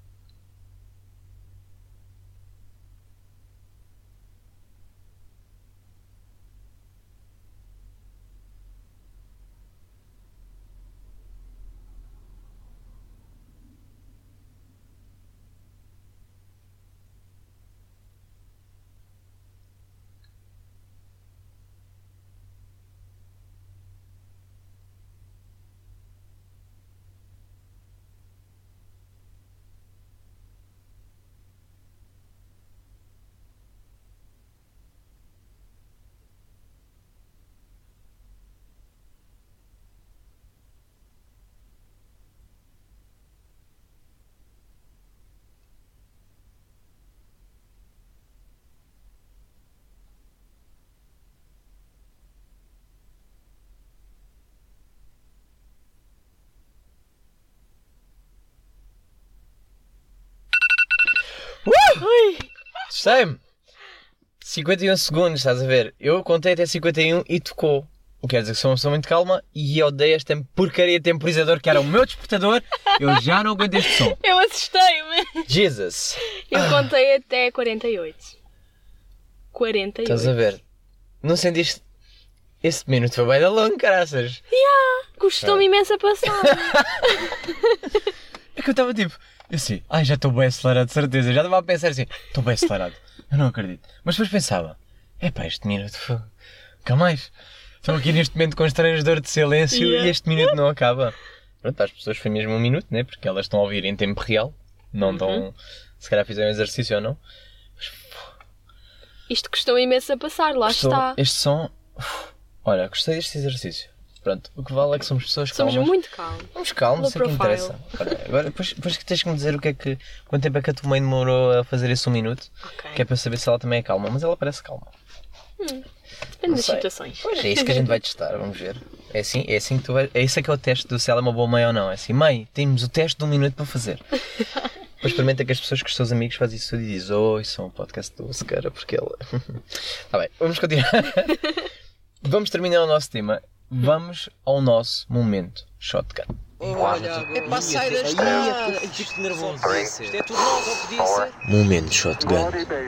Assustei-me! cinquenta e um segundos, estás a ver? Eu contei até cinquenta e um e tocou. O que quer dizer que sou uma pessoa muito calma e odeio esta porcaria de temporizador que era o meu despertador. Eu já não aguento este som. Eu assustei-me! Jesus! Eu ah. contei até quarenta e oito. quarenta e oito. Estás a ver? Não sentiste? Esse minuto foi bem da longo, caraças. Yeah, custou-me ah. imenso a passar. É que eu estava tipo... Eu assim, ai, já estou bem acelerado, de certeza. Já estava a pensar assim, estou bem acelerado. Eu não acredito. Mas depois pensava, epá, este minuto, nunca mais. Estou aqui neste momento constrangedor de silêncio yeah. e este minuto não acaba. Pronto, para as pessoas foi mesmo um minuto, né? Porque elas estão a ouvir em tempo real. Não estão, uhum. se calhar fizeram exercício ou não. Mas, isto custou imenso a passar, lá custou, está. Este som, uf, olha, gostei deste exercício. Pronto, o que vale é que somos pessoas calmas. Somos muito calmos. Vamos calmos, é que interessa. Olha, agora, depois, depois que tens que me dizer o que é que, quanto tempo é que a tua mãe demorou a fazer esse um minuto, okay. que é para eu saber se ela também é calma, mas ela parece calma. Hum, depende das situações. Pois é isso que a gente vai testar, vamos ver. É assim, é assim que tu vais, é isso é que é o teste do se ela é uma boa mãe ou não. É assim, mãe, temos o teste de um minuto para fazer. Depois experimenta que as pessoas, que os seus amigos fazem isso e dizem, oh, isso é um podcast do Oscar, porque ele... Tá bem, vamos continuar. Vamos terminar o nosso tema. Vamos ao nosso momento shotgun. Olha, é para sair da estrada. Fico nervoso. Isto é tudo novo, ou podia ser? Momento shotgun.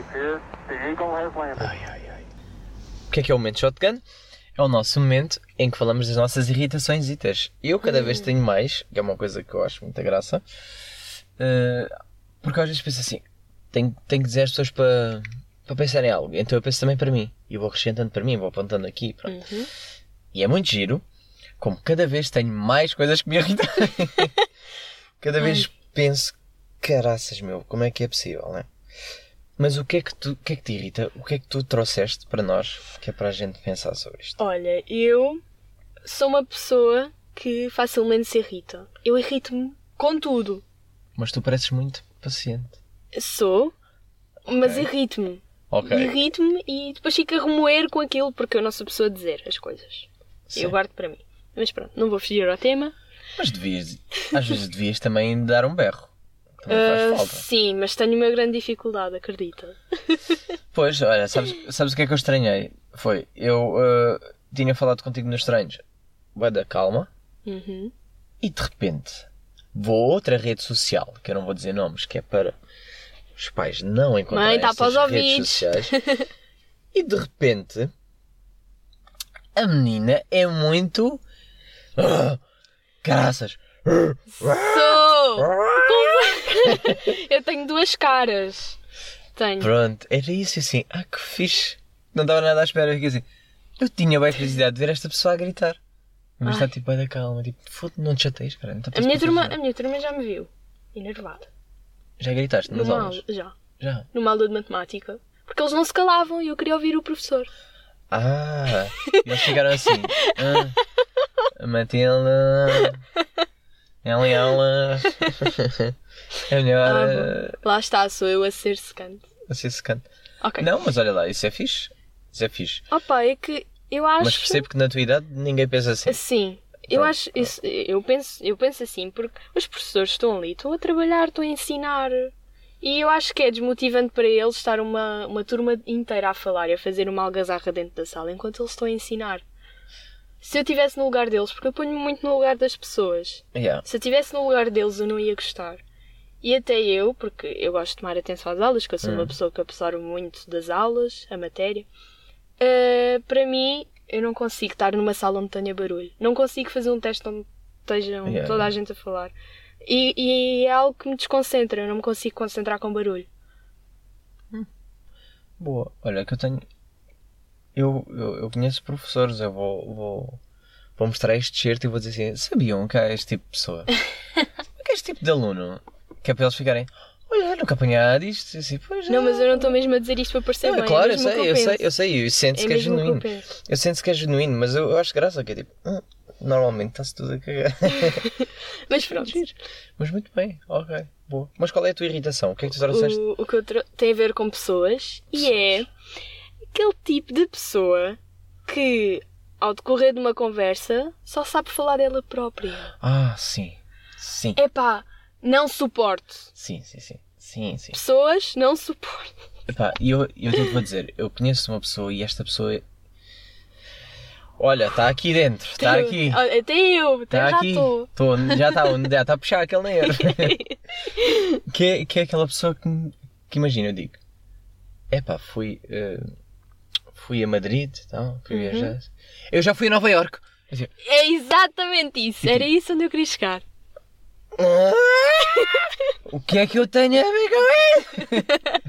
Ai, ai, ai. O que é que é o momento shotgun? É o nosso momento em que falamos das nossas irritações. Eu cada vez tenho mais, que é uma coisa que eu acho muita graça, uh, porque às vezes penso assim, tenho, tenho que dizer às pessoas para, para pensarem em algo. Então eu penso também para mim. E vou acrescentando para mim, vou apontando aqui. Pronto. Uhum. E é muito giro, como cada vez tenho mais coisas que me irritam. Cada vez Ai. penso, caraças meu, como é que é possível, não é? Mas o que é que, tu, o que é que te irrita? O que é que tu trouxeste para nós, que é para a gente pensar sobre isto? Olha, eu sou uma pessoa que facilmente se irrita. Eu irrito-me com tudo. Mas tu pareces muito paciente. Sou, okay. mas irrito-me. Okay. Irrito-me e depois fico a remoer com aquilo porque eu não sou pessoa de dizer as coisas. Sim. Eu guardo para mim. Mas pronto, não vou fugir ao tema. Mas devias, às vezes devias também dar um berro. Também faz uh, falta. Sim, mas tenho uma grande dificuldade, acredita. Pois, olha, sabes, sabes o que é que eu estranhei? Foi, eu uh, tinha falado contigo nos treinos, vai da calma, uhum. e de repente vou a outra rede social, que eu não vou dizer nomes, que é para os pais não encontrarem Mãe, tá estas para os redes ouvidos. sociais. E de repente... A menina é muito... Uh, graças. Sou! Eu tenho duas caras. tenho. Pronto, era isso assim. Ah, que fixe. Não estava nada à espera. Eu fiquei assim. Eu tinha bem curiosidade de ver esta pessoa a gritar. Mas está tipo, vai da calma. Tipo, foda-se, não te chateias, cara. Não a, minha turma, a minha turma já me viu. Enervada. Já gritaste nas Numa aulas? aula, já. Já? Numa aula de matemática. Porque eles não se calavam e eu queria ouvir o professor. Ah, eles chegaram assim. Ah, a Matilda. Ela e ela. É melhor. Ah, lá está, sou eu a ser secante. A ser secante. Ok. Não, mas olha lá, isso é fixe. Isso é fixe. Opa, é que eu acho. Mas percebo que na tua idade ninguém pensa assim. Sim. Eu acho, isso, eu, penso, eu penso assim, porque os professores estão ali, estão a trabalhar, estão a ensinar. E eu acho que é desmotivante para eles estar uma, uma turma inteira a falar e a fazer uma algazarra dentro da sala enquanto eles estão a ensinar. Se eu estivesse no lugar deles, porque eu ponho-me muito no lugar das pessoas, Yeah. se eu estivesse no lugar deles eu não ia gostar. E até eu, porque eu gosto de tomar atenção às aulas, que eu sou Hum. uma pessoa que absorve muito das aulas, a matéria, uh, para mim eu não consigo estar numa sala onde tenha barulho. Não consigo fazer um teste onde estejam Yeah, toda yeah. a gente a falar. E, e é algo que me desconcentra, eu não me consigo concentrar com barulho. Boa. Olha, que eu tenho. Eu, eu, eu conheço professores, eu vou, vou, vou mostrar este t-shirt e vou dizer assim: sabiam que há este tipo de pessoa? Sabiam que há este tipo de aluno? Que é para eles ficarem: olha, nunca apanhado isto. Assim, pois Não, é. mas eu não estou mesmo a dizer isto para parecer Não, bem. é claro, é eu mesmo o que sei, eu penso. sei, eu sei, eu sento-se É que é mesmo o que genuíno. eu penso. Eu sento-se que é genuíno, mas eu, eu acho graça que é tipo, hum, normalmente está-se tudo a cagar. Mas pronto. Mas muito bem, ok, boa. Mas qual é a tua irritação? O que é que tu trouxeste? O, o que eu tro- tem a ver com pessoas e é aquele tipo de pessoa que, ao decorrer de uma conversa, só sabe falar dela própria. Ah, sim, sim, Epá, não suporto. sim, sim, sim, sim, sim. Pessoas, não suporto. Epá, e eu, eu tenho que vou dizer, eu conheço uma pessoa e esta pessoa é... Olha, está aqui dentro, está aqui. Olha, até eu, até Está já aqui, estou. Tô, já está já tá a puxar aquele nervo. que, é, que é aquela pessoa que, me- que imagina, eu digo, epá, fui, eh, fui a Madrid, então, fui Uhum. viajar. Eu já fui a Nova Iorque. Eu digo, É exatamente isso. Era isso onde eu queria chegar. "Ah, o que é que eu tenho a ver com isso?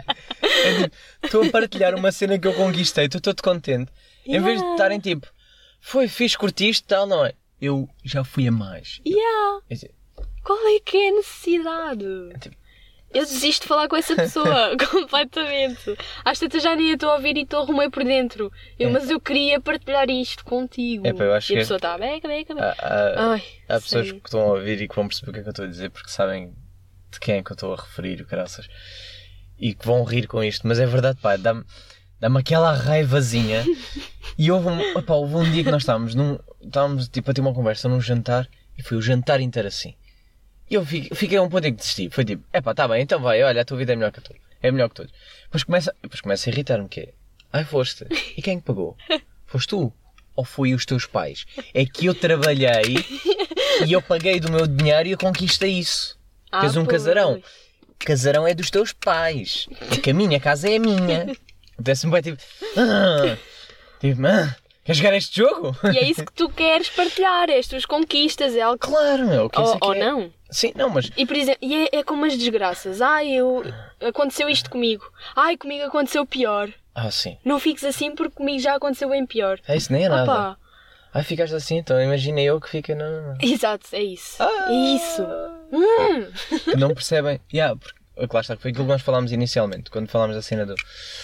É tipo, estou a partilhar uma cena que eu conquistei, estou todo contente. Em vez de Yeah. estarem tipo, foi fixe, curtiste, tal, não é? Eu já fui a mais. Yeah. É tipo, Qual é que é a necessidade? tipo, Eu desisto de falar com essa pessoa completamente. Às tantas já nem a estou a ouvir e estou a arrumar por dentro. Eu, É. mas eu queria partilhar isto contigo. É, pá, eu acho e a que- pessoa está beca, beca, beca. há, há- Ai, há pessoas sério. que estão a ouvir e que vão perceber o que é que eu estou a dizer porque sabem de quem é que eu estou a referir, graças. E que vão rir com isto, mas é verdade, pá, dá-me dá-me aquela raivazinha. E houve um, opá, houve um dia que nós estávamos, num, estávamos tipo, a ter uma conversa num jantar e foi o jantar inteiro assim. E eu fiquei, fiquei a um ponto em que desisti. Foi tipo, epá, tá bem, então vai, olha, a tua vida é melhor que a tua. É melhor que todos. Depois começa, depois começa a irritar-me que é, ai foste, e quem é que pagou? Foste tu? Ou foi os teus pais? É que eu trabalhei e eu paguei do meu dinheiro e eu conquistei isso. Ah, Tens um pois. casarão. Casarão é dos teus pais. É que a minha casa é a minha. Desce-me bem tipo, ah, tipo, ah, queres jogar este jogo? E é isso que tu queres partilhar, é as tuas conquistas, é algo que... Claro, meu. Que isso Ou, aqui ou é- não. Sim, não, mas E, por exemplo, e é, é como as desgraças. Ai, eu... aconteceu isto comigo. Ai, comigo aconteceu pior. ah, sim. Não fiques assim porque comigo já aconteceu bem pior. É isso, nem é nada. Opa. Ai, ficaste assim, então imagina eu que fica no... Exato, é isso. Ah. É isso. Hum. que não percebem. Yeah, porque, claro está, que foi aquilo que nós falámos inicialmente, quando falámos da cena do.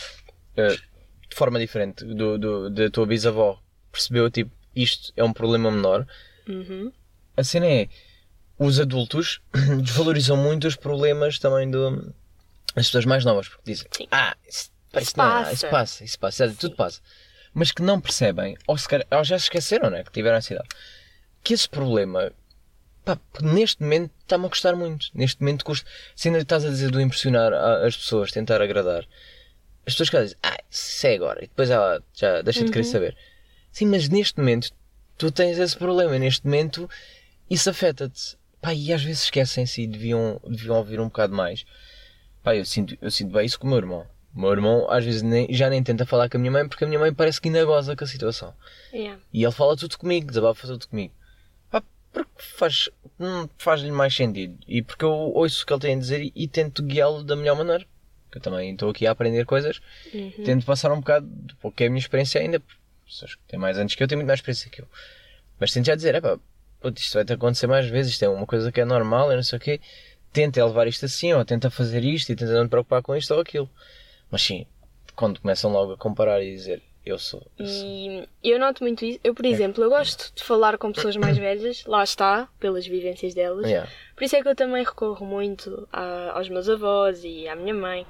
eh, de forma diferente, do, do, da tua bisavó percebeu, tipo, isto é um problema menor. Uhum. A cena é, os adultos desvalorizam muito os problemas também do, das pessoas mais novas, porque dizem, Sim. ah, isso, pá, isso Isso não é passa. nada, isso passa, isso passa, é, tudo passa. Mas que não percebem, ou, se calhar, ou já se esqueceram, né, que tiveram essa idade, que esse problema, pá, neste momento está-me a custar muito. Neste momento custa. Se ainda estás a dizer do impressionar a- as pessoas, tentar agradar, as pessoas que dizem, ah, isso é agora, e depois ela já deixa de querer saber. Sim, mas neste momento tu tens esse problema, e neste momento isso afeta-te. Pá, e às vezes esquecem-se e deviam, deviam ouvir um bocado mais. Pá, eu sinto, eu sinto bem isso com o meu irmão. O meu irmão às vezes nem, já nem tenta falar com a minha mãe porque a minha mãe parece que ainda goza com a situação. Yeah. E ele fala tudo comigo, desabafa tudo comigo. Pá, porque faz, hum, faz-lhe mais sentido. E porque eu ouço o que ele tem a dizer e, e tento guiá-lo da melhor maneira. que eu também estou aqui a aprender coisas, Uhum. tento passar um bocado do pouco que é a minha experiência ainda, porque pessoas que têm mais anos que eu têm muito mais experiência que eu. Mas tento já dizer, é pá, isto vai-te acontecer mais vezes, isto é uma coisa que é normal, eu não sei o quê, tenta levar isto assim, ou tenta fazer isto e tenta não te preocupar com isto ou aquilo. Mas sim, quando começam logo a comparar e dizer, eu sou... Eu sou. E eu noto muito isso. Eu, por exemplo, eu gosto de falar com pessoas mais velhas, lá está, pelas vivências delas. Yeah. Por isso é que eu também recorro muito a, aos meus avós e à minha mãe,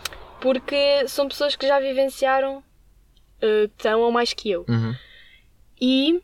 porque são pessoas que já vivenciaram uh, tão ou mais que eu. Uhum. E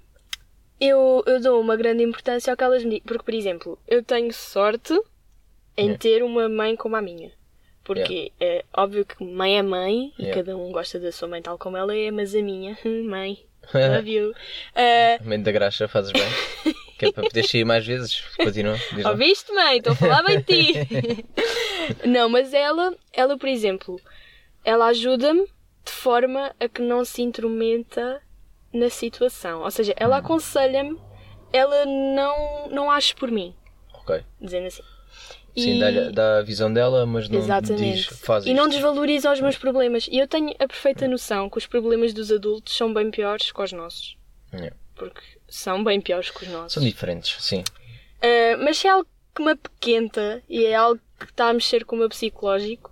eu, eu dou uma grande importância ao que elas me dizem. Porque, por exemplo, eu tenho sorte em Yeah. ter uma mãe como a minha. Porque é óbvio que mãe é mãe e Yeah. cada um gosta da sua mãe tal como ela é, mas a minha, mãe, love you. Uh, Mente da graxa, fazes bem. Que é para poder sair mais vezes. Continua. Diz lá. Ouviste, mãe? Estou a falar bem de ti. Não, mas ela, ela, por exemplo, ela ajuda-me de forma a que não se intrometa na situação. Ou seja, ela aconselha-me, ela não, não age por mim. Ok. Dizendo assim. Sim, E- dá, dá a visão dela, mas não Exatamente. diz, faz e isto. não desvaloriza os meus problemas. E eu tenho a perfeita noção que os problemas dos adultos são bem piores que os nossos. Yeah. Porque são bem piores que os nossos. São diferentes, sim. Uh, mas se é algo que me apequenta e é algo que está a mexer com o meu psicológico,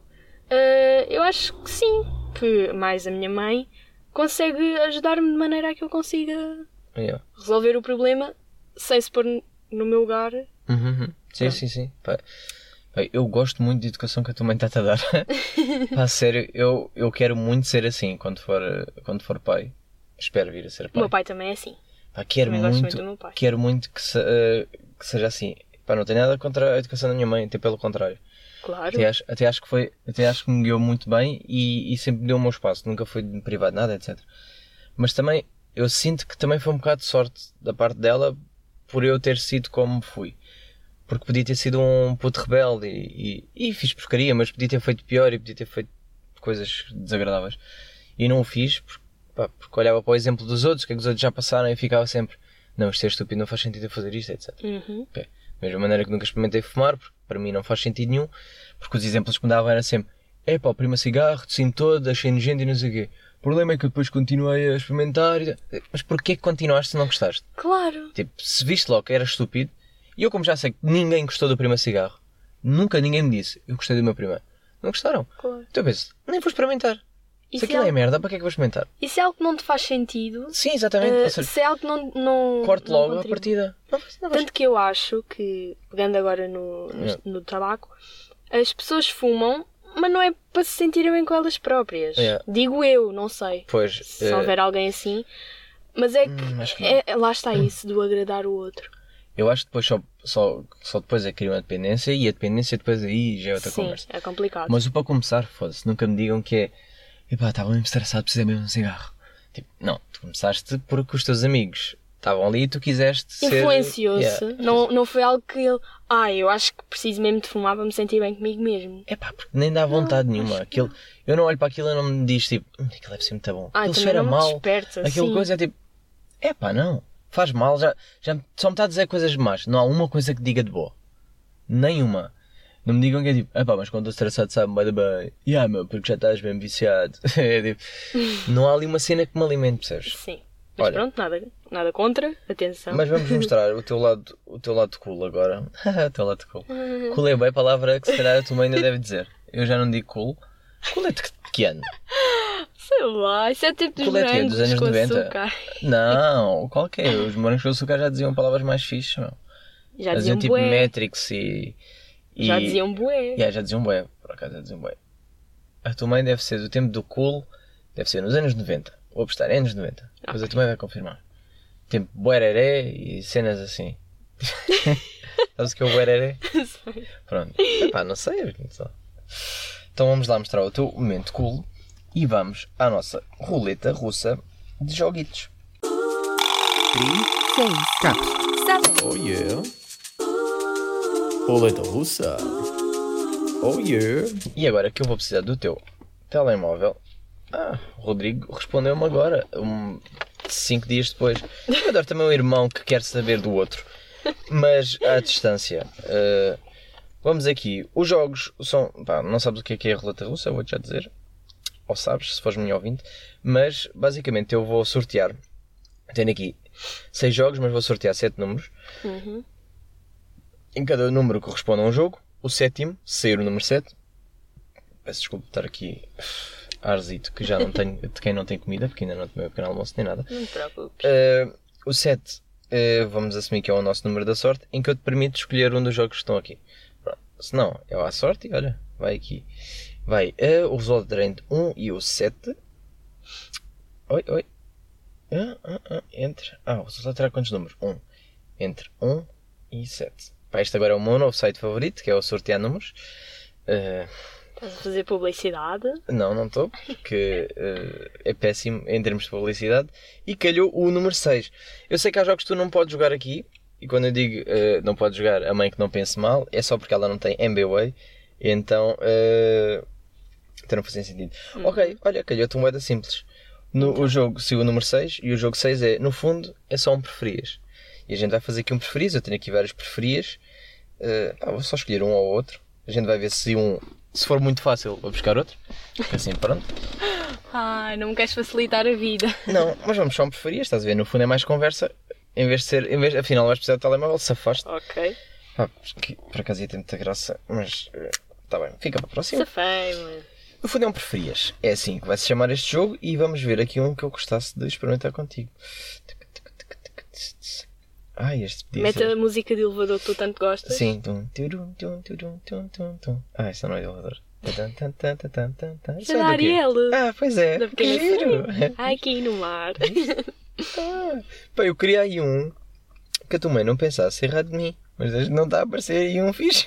uh, eu acho que sim, que mais a minha mãe consegue ajudar-me de maneira a que eu consiga Yeah. resolver o problema sem se pôr no meu lugar. Uhum, uhum. Sim, sim, sim. Pá, pá, eu gosto muito de educação que a tua mãe está a dar. Pá, sério, eu, eu quero muito ser assim quando for, quando for pai. Espero vir a ser O pai. meu pai também é assim. Pá, quero Também gosto muito, muito do meu pai. quero muito que, se, eh, que seja assim. Pá, não tenho nada contra a educação da minha mãe, até pelo contrário. Claro. Até acho, até acho que foi, até acho que me guiou muito bem e, e sempre me deu o meu espaço. Nunca foi de privado nada, etcétera. Mas também, eu sinto que também foi um bocado de sorte da parte dela por eu ter sido como fui. Porque podia ter sido um puto rebelde e, e, e fiz porcaria, mas podia ter feito pior e podia ter feito coisas desagradáveis. E não o fiz porque, pá, porque olhava para o exemplo dos outros, que, é que os outros já passaram e ficava sempre, não, isto é estúpido, não faz sentido eu fazer isto, etcétera. Uhum. Okay. Da mesma maneira que nunca experimentei fumar, porque para mim não faz sentido nenhum, porque os exemplos que me davam eram sempre, é pá, o primeiro cigarro, tossimo todo, achei nojento e não sei o quê. O problema é que eu depois continuei a experimentar e... Mas porquê que continuaste se não gostaste? Claro. Tipo, se viste logo que era estúpido, e eu como já sei que ninguém gostou do primeiro cigarro, nunca ninguém me disse, eu gostei do meu primeiro. Não gostaram? Claro. Então eu penso, nem vou experimentar. E Se se aquilo é algo- merda, para que é que vou experimentar? E se é algo que não te faz sentido, Sim, exatamente. uh, Ou seja, se é algo que não, não corte não logo a contribui. partida. Não, faz- não faz- Tanto que eu acho que, pegando agora no, no, Yeah. no tabaco, as pessoas fumam, mas não é para se sentirem bem com elas próprias. Yeah. Digo eu, não sei. Pois, Se eh, houver alguém assim. Mas é que, Hum, acho que não. é, lá está isso, do agradar o outro. eu acho que depois só, só, só depois é que criam a dependência e a dependência depois aí já é outra Sim, conversa. é complicado. Mas o para começar, foda-se, nunca me digam que é epá, estava mesmo estressado, precisei mesmo de um cigarro. Tipo, não, tu começaste porque os teus amigos estavam ali e tu quiseste ser... Influenciou-se. Yeah. Não, não foi algo que ele. Ah, eu acho que preciso mesmo de fumar para me sentir bem comigo mesmo. É pá, porque nem dá vontade nenhuma. Aquilo, eu não olho para aquilo e não me diz tipo, hum, aquilo deve ser muito bom. Ah, Aquilo também cheira não me mal. desperta, Aquilo sim. coisa é tipo, é pá, não. Faz mal, já, já só me está a dizer coisas más. Não há uma coisa que diga de boa. Nenhuma. Não me digam que é tipo, é pá, mas quando estou estressado sabe-me bem, bem. Yeah, meu, porque já estás bem viciado. É tipo, não há ali uma cena que me alimente, percebes? Sim. Mas Olha. pronto, nada, nada contra. Atenção. Mas vamos mostrar o teu lado, o teu lado cool agora. O teu lado cool. Cool é bem a palavra que se calhar a tua mãe ainda deve dizer. Eu já não digo cool. Cool é de que, de que ano? Sei lá, isso é tipo dos Qual é que é? morangos Dos anos com noventa? açúcar. Não, qual que é? Os morangos com açúcar já diziam palavras mais fixes, meu. Já Já diziam diziam tipo bué. Matrix e... e... Já diziam bué. Yeah, já diziam bué, por acaso já diziam bué. A tua mãe deve ser do tempo do cool, deve ser nos anos noventa. Vou apostar, é anos noventa. Depois a tua mãe vai confirmar. Tempo buereré e cenas assim. Sabes o que é o buereré? Sei. Pronto. Epá, não sei. Não sei. Então vamos lá mostrar o teu momento cool e vamos à nossa roleta russa de joguitos. seis, quatro, sete. Oh yeah. Roleta russa. Oh yeah. E agora que eu vou precisar do teu telemóvel. Ah, o Rodrigo respondeu-me agora, um, cinco dias depois. Eu adoro também um irmão que quer saber do outro, mas à distância. Uh, Vamos aqui. Os jogos são... Pá, não sabes o que é que é a roleta russa, eu vou-te já dizer. Ou sabes, se fores minha ouvinte. Mas, basicamente, eu vou sortear. Tenho aqui seis jogos, mas vou sortear sete números. Uhum. Em cada número corresponde a um jogo. O sétimo, se sair o número sete... Peço desculpa por estar aqui arzito, que já não tenho, de quem não tem comida, porque ainda não tomei o pequeno almoço nem nada. Não te preocupes. Uh, o sete, uh, vamos assumir que é o nosso número da sorte, em que eu te permito escolher um dos jogos que estão aqui. Pronto. Se não, é à sorte e olha, vai aqui. Vai uh, o resultado um e o sete. Oi, oi. Uh, uh, uh, entre. Ah, o resultado terá quantos números? um. Entre um e sete. Pá, este agora é o meu novo site favorito, que é o sortear números. Uh, Estás a fazer publicidade? Não, não estou, porque uh, é péssimo em termos de publicidade. E calhou o número seis. Eu sei que há jogos que tu não podes jogar aqui. E quando eu digo uh, não podes jogar, a mãe que não pense mal, é só porque ela não tem M B W A Y. Então, uh, então não faz sentido. Uhum. Ok, olha, calhou-te um moeda simples. No, então. O jogo se o número seis e o jogo seis é, no fundo, é só um preferias. E a gente vai fazer aqui um preferias. Eu tenho aqui vários preferias. Uh, ah, vou só escolher um ou outro. A gente vai ver se um... Se for muito fácil, vou buscar outro. Assim, pronto. Ai, não me queres facilitar a vida. Não, mas vamos só um preferias, estás a ver? No fundo é mais conversa. Em vez de ser... Em vez, afinal vais precisar de telemóvel, se afaste. Ok. Ah, que, por acaso ia ter muita graça, mas... Está bem, fica para a próxima. Safei, mano. No fundo é um preferias. É assim que vai se chamar este jogo e vamos ver aqui um que eu gostasse de experimentar contigo. Ai, este podia Mete ser... a música de elevador que tu tanto gostas. Sim. Ah, esta não é de elevador. Isso é da Ariel. Ah, pois é. Da Que giro. Aqui no mar. Ah, pá, eu queria aí um que a tua mãe não pensasse errado de mim. Mas não está a aparecer aí um fixe.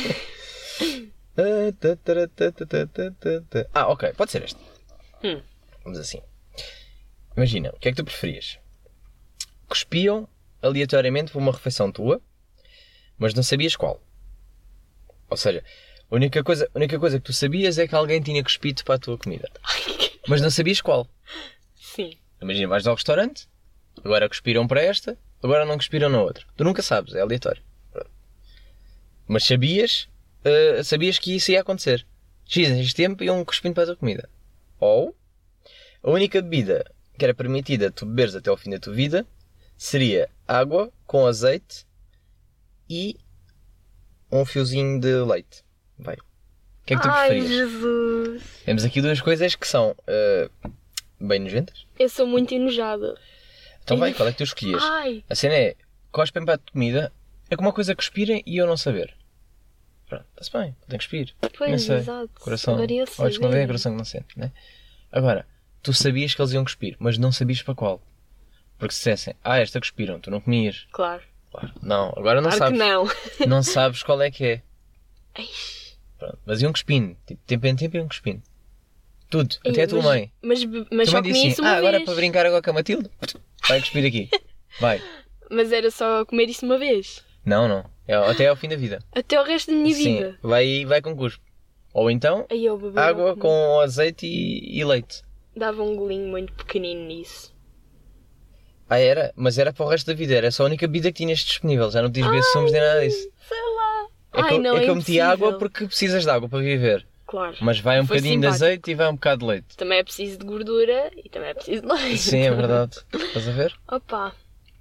Ah, ok. Pode ser este. Hum. Vamos assim. Imagina, o que é que tu preferias? Cuspiam aleatoriamente por uma refeição tua, mas não sabias qual. Ou seja, a única coisa, a única coisa que tu sabias é que alguém tinha cuspido para a tua comida. Mas não sabias qual. Sim. Imagina, vais ao restaurante, agora cuspiram para esta, agora não cuspiram na outra. Tu nunca sabes, é aleatório. Mas sabias, uh, sabias que isso ia acontecer. X este tempo iam cuspindo para a tua comida. Ou, a única bebida que era permitida tu beberes até ao fim da tua vida seria água com azeite e um fiozinho de leite. Vai. O que é que tu Ai, preferias? Jesus. Temos aqui duas coisas que são uh, bem nojentas. Eu sou muito enojada. Então vai, qual é que tu escolhias? Ai. A cena é, cospem para a comida, é como uma coisa cuspirem e eu não saber. Pronto, está-se bem, tem que cuspir. Pois, não sei. exato. Coração, Agora ia olhos que não saber. veem, coração que não sente, né? Agora, tu sabias que eles iam cuspir, mas não sabias para qual. Porque se dissessem, ah, esta cuspiram, tu não comias. Claro. Claro. Não, agora não Claro sabes. que não. Não sabes qual é que é. Ai. Pronto. Mas iam cuspindo. Tipo, tempo em tempo iam cuspindo. Tudo. Ei, até a tua mas, mãe. Mas, mas só Tua mãe comi disse isso assim, uma ah, agora vez. para brincar agora com a Matilde, vai cuspir aqui. Vai. Mas era só comer isso uma vez. Não, não. É até ao fim da vida. Até o resto da minha Sim. vida. Vai, vai com cuspe. Ou então, Aí eu beber água ao comer. com azeite e, e leite. Dava um golinho muito pequenino nisso. Ah, era? Mas era para o resto da vida. Era só a única bebida que tinhas disponível. Já não podias beber sumos nem nada disso. Sei lá. É que, Ai, eu- não, é que é eu meti impossível. água porque precisas de água para viver. Claro. Mas vai um Foi bocadinho de simpático. azeite e vai um bocado de leite. Também é preciso de gordura e também é preciso de leite. Sim, é verdade. Estás a ver? Opa.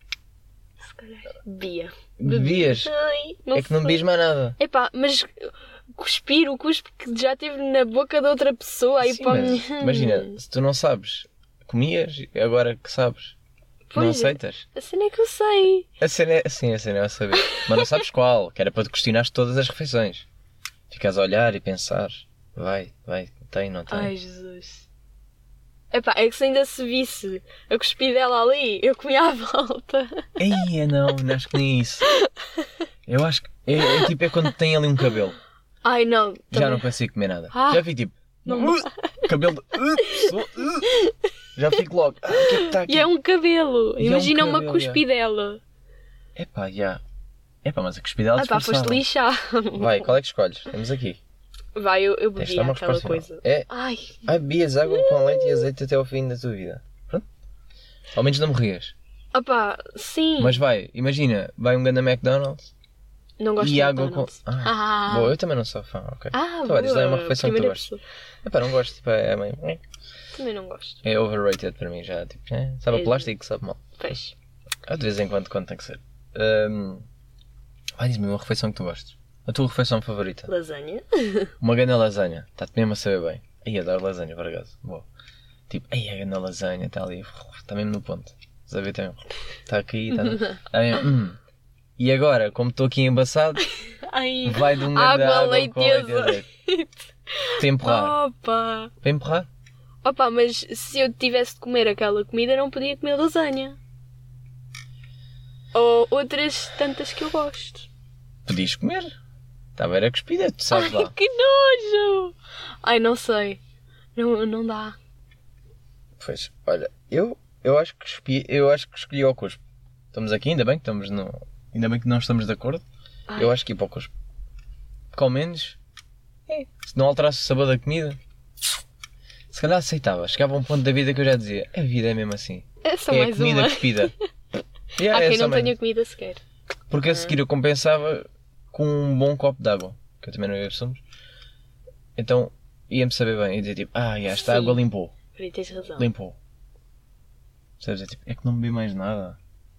Se calhar. Bebia. Bebias. Ai, não É que não sei. bebias mais nada. Epá, mas cuspir o cuspe que já teve na boca de outra pessoa aí Sim, para mas imagina, se tu não sabes, comias, e agora que sabes, não Pois é. aceitas. A cena é que eu sei. A cena é, sim, a cena é a saber. Mas não sabes qual, que era para te questionares todas as refeições. Ficas a olhar e pensar, vai, vai, tem, não tem. Ai, Jesus. Epá, é que se ainda se visse a cuspir dela ali, eu comia à volta. Ei, não, não acho que nem isso. Eu acho que é, é tipo, é quando tem ali um cabelo. Ai, não. Já também. não consigo comer nada. Ah, Já fico tipo, não- "Uh", cabelo de, "Uh", sou, "Uh". Já fico logo, ah, o que é que está aqui? E é um cabelo. E é um Imagina uma cabelo, cuspidela. Epá, já. Epá, mas a cuspidela Ah pá, foste disfarçava. lixar. Vai, qual é que escolhes? Temos aqui. Vai, eu, eu Tens de bebi dar uma aquela resposta coisa. final. É, Ai, ah, bebias água com leite e azeite até ao fim da tua vida. Pronto. Ao menos não morrias. opá, sim. Mas vai, imagina, vai um ganda McDonald's Não gosto e de água com... McDonald's. Ah, Ah. boa, eu também não sou fã, ok. Ah, Então, olha, isto é uma boa. refeição que tu Primeira gostas. pessoa. Epá, não gosto, tipo, é meio... Também não gosto. É overrated para mim já, tipo, é, sabe a É. plástico, sabe mal. Pois. Ah, de vez em quando, quando tem que ser. Um... Vai, diz-me uma refeição que tu gostes. A tua refeição favorita? Lasanha. Uma grande lasanha, está-te mesmo a saber bem. Aí, adoro lasanha, por acaso. Boa. Tipo, aí a grande lasanha, está ali, está mesmo no ponto. Estás a ver, tem... Está aqui, está... Tá mesmo, hum. E agora, como estou aqui embaçado, Ai, vai de um grande água água com leiteza. leite. Para empurrar. Opa. Para empurrar? Opa, mas se eu tivesse de comer aquela comida, não podia comer lasanha. Ou outras tantas que eu gosto. Podias comer. Estava era cuspida, tu sabes Ai, lá. que nojo! Ai, não sei. Não, não dá. Pois, olha, eu, eu, acho que escolhi, eu acho que escolhi ao cuspo. Estamos aqui, ainda bem que estamos no... Ainda bem que não estamos de acordo. Ai. Eu acho que ia para o cuspo. Porque ao menos, é, se não alterasse o sabor da comida, se calhar aceitava. Chegava a um ponto da vida que eu já dizia, a vida é mesmo assim. É só é a mais comida uma. cuspida. Há Yeah, é quem só não mais- tenha comida sequer. Porque a seguir eu compensava com um bom copo de água. Que eu também não bebo sumos. Então ia-me saber bem. Ia dizer tipo, ah, já, esta Sim. água limpou. Por aí tens razão. Limpou. Percebes? É tipo, é que não bebi mais nada.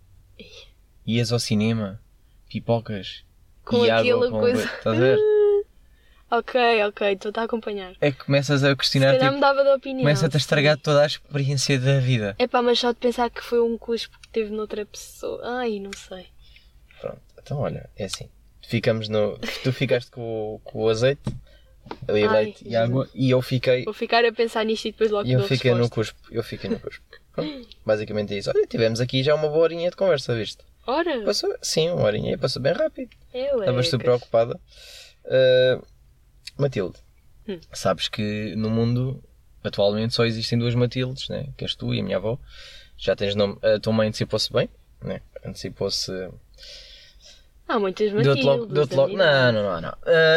Ias ao cinema, pipocas Com e aquela água com... coisa. Estás a ver? Ok, ok, estou a acompanhar. É que começas a Se questionar, calhar tipo, mudava de opinião. começa-te a estragar toda a experiência da vida. É pá, mas só de pensar que foi um cuspo que teve noutra pessoa. Ai, não sei. Pronto, então olha, é assim. Ficamos no... Tu ficaste com, o- com o azeite, ali Ai, leite e água, e eu fiquei... Vou ficar a pensar nisto e depois logo E eu dou fiquei no resposta. cuspo, eu fiquei no cuspo. Pronto, basicamente é isso. Olha, tivemos aqui já uma boa horinha de conversa, viste? Ora, Passou, sim, uma horinha e passou bem rápido. eu é. Estavas tu preocupada. Uh, Matilde, Hum. sabes que no mundo atualmente só existem duas Matildes, né? Que és tu e a minha avó. Já tens nome. A tua mãe antecipou-se bem, né? Antecipou-se. Há muitas Deu-te Matildes. logo. Deu-te logo não, não, não, não.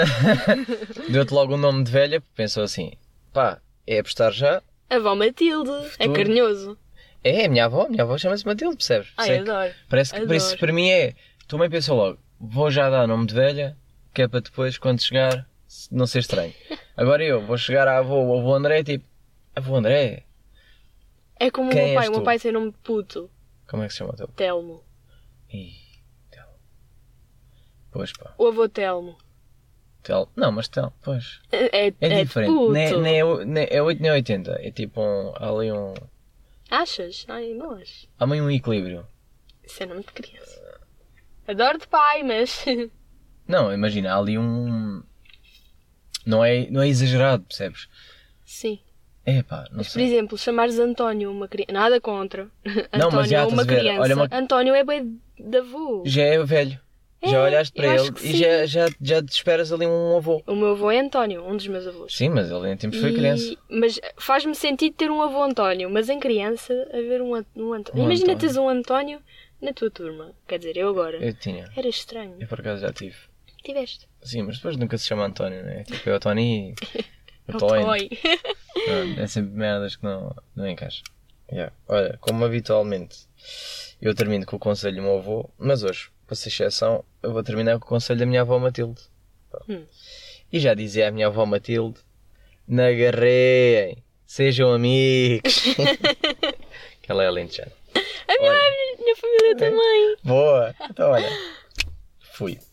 Uh, deu-te logo o nome de velha, porque pensou assim: pá, é apostar já. A avó Matilde. É Futuro. carinhoso. É, a minha avó, a minha avó chama-se Matilde, percebes? Ai, Sei que- adoro. Parece que, Adoro. por isso, para mim é. Tu também pensou logo, vou já dar nome de velha, que é para depois, quando chegar, não ser estranho. Agora eu vou chegar à avó, o avô André, tipo, avô André, É como Quem o meu pai. és O meu tu? pai tem nome de puto. como é que se chama o teu? Telmo. Ih, Tel. Pois pá, O avô Telmo. Tel. Não, mas Tel, pois. É, é, É é diferente. puto. Nem, nem, é, o- nem é oito nem oitenta. É tipo um. Há ali um. Achas? Ai, não acho. Há meio um equilíbrio. Isso é nome de criança. Adoro de pai, mas... Não, imagina, há ali um. Não é, não é exagerado, percebes? Sim. É pá, não Mas, por sei. exemplo, chamares António uma criança... Nada contra. Não, mas já António uma estás a ver, criança. olha uma- António é bem de avô. Já é velho. Já É, olhaste eu para acho ele que e sim. já, já, já te esperas ali um avô. O meu avô é António, um dos meus avós. Sim, mas ele em tempos foi E- criança. Mas faz-me sentido ter um avô António, mas em criança haver um, An- um António. Um Imagina António. teres um António na tua turma. Quer dizer, eu agora. Eu tinha. Era estranho. Eu por acaso já tive. Tiveste. Sim, mas depois nunca se chama António, né? Tipo, é o Tony. É O o Toy. Toy. É sempre merdas que não, não encaixam. Yeah. Olha, como habitualmente eu termino com o conselho do meu avô, mas hoje, para ser exceção, eu vou terminar com o conselho da minha avó Matilde. Pá. Hum. E já dizia a minha avó Matilde: não agarrem, sejam amigos. Que ela é alentejana. A minha, Olha. a minha família também. Boa! Então olha, fui.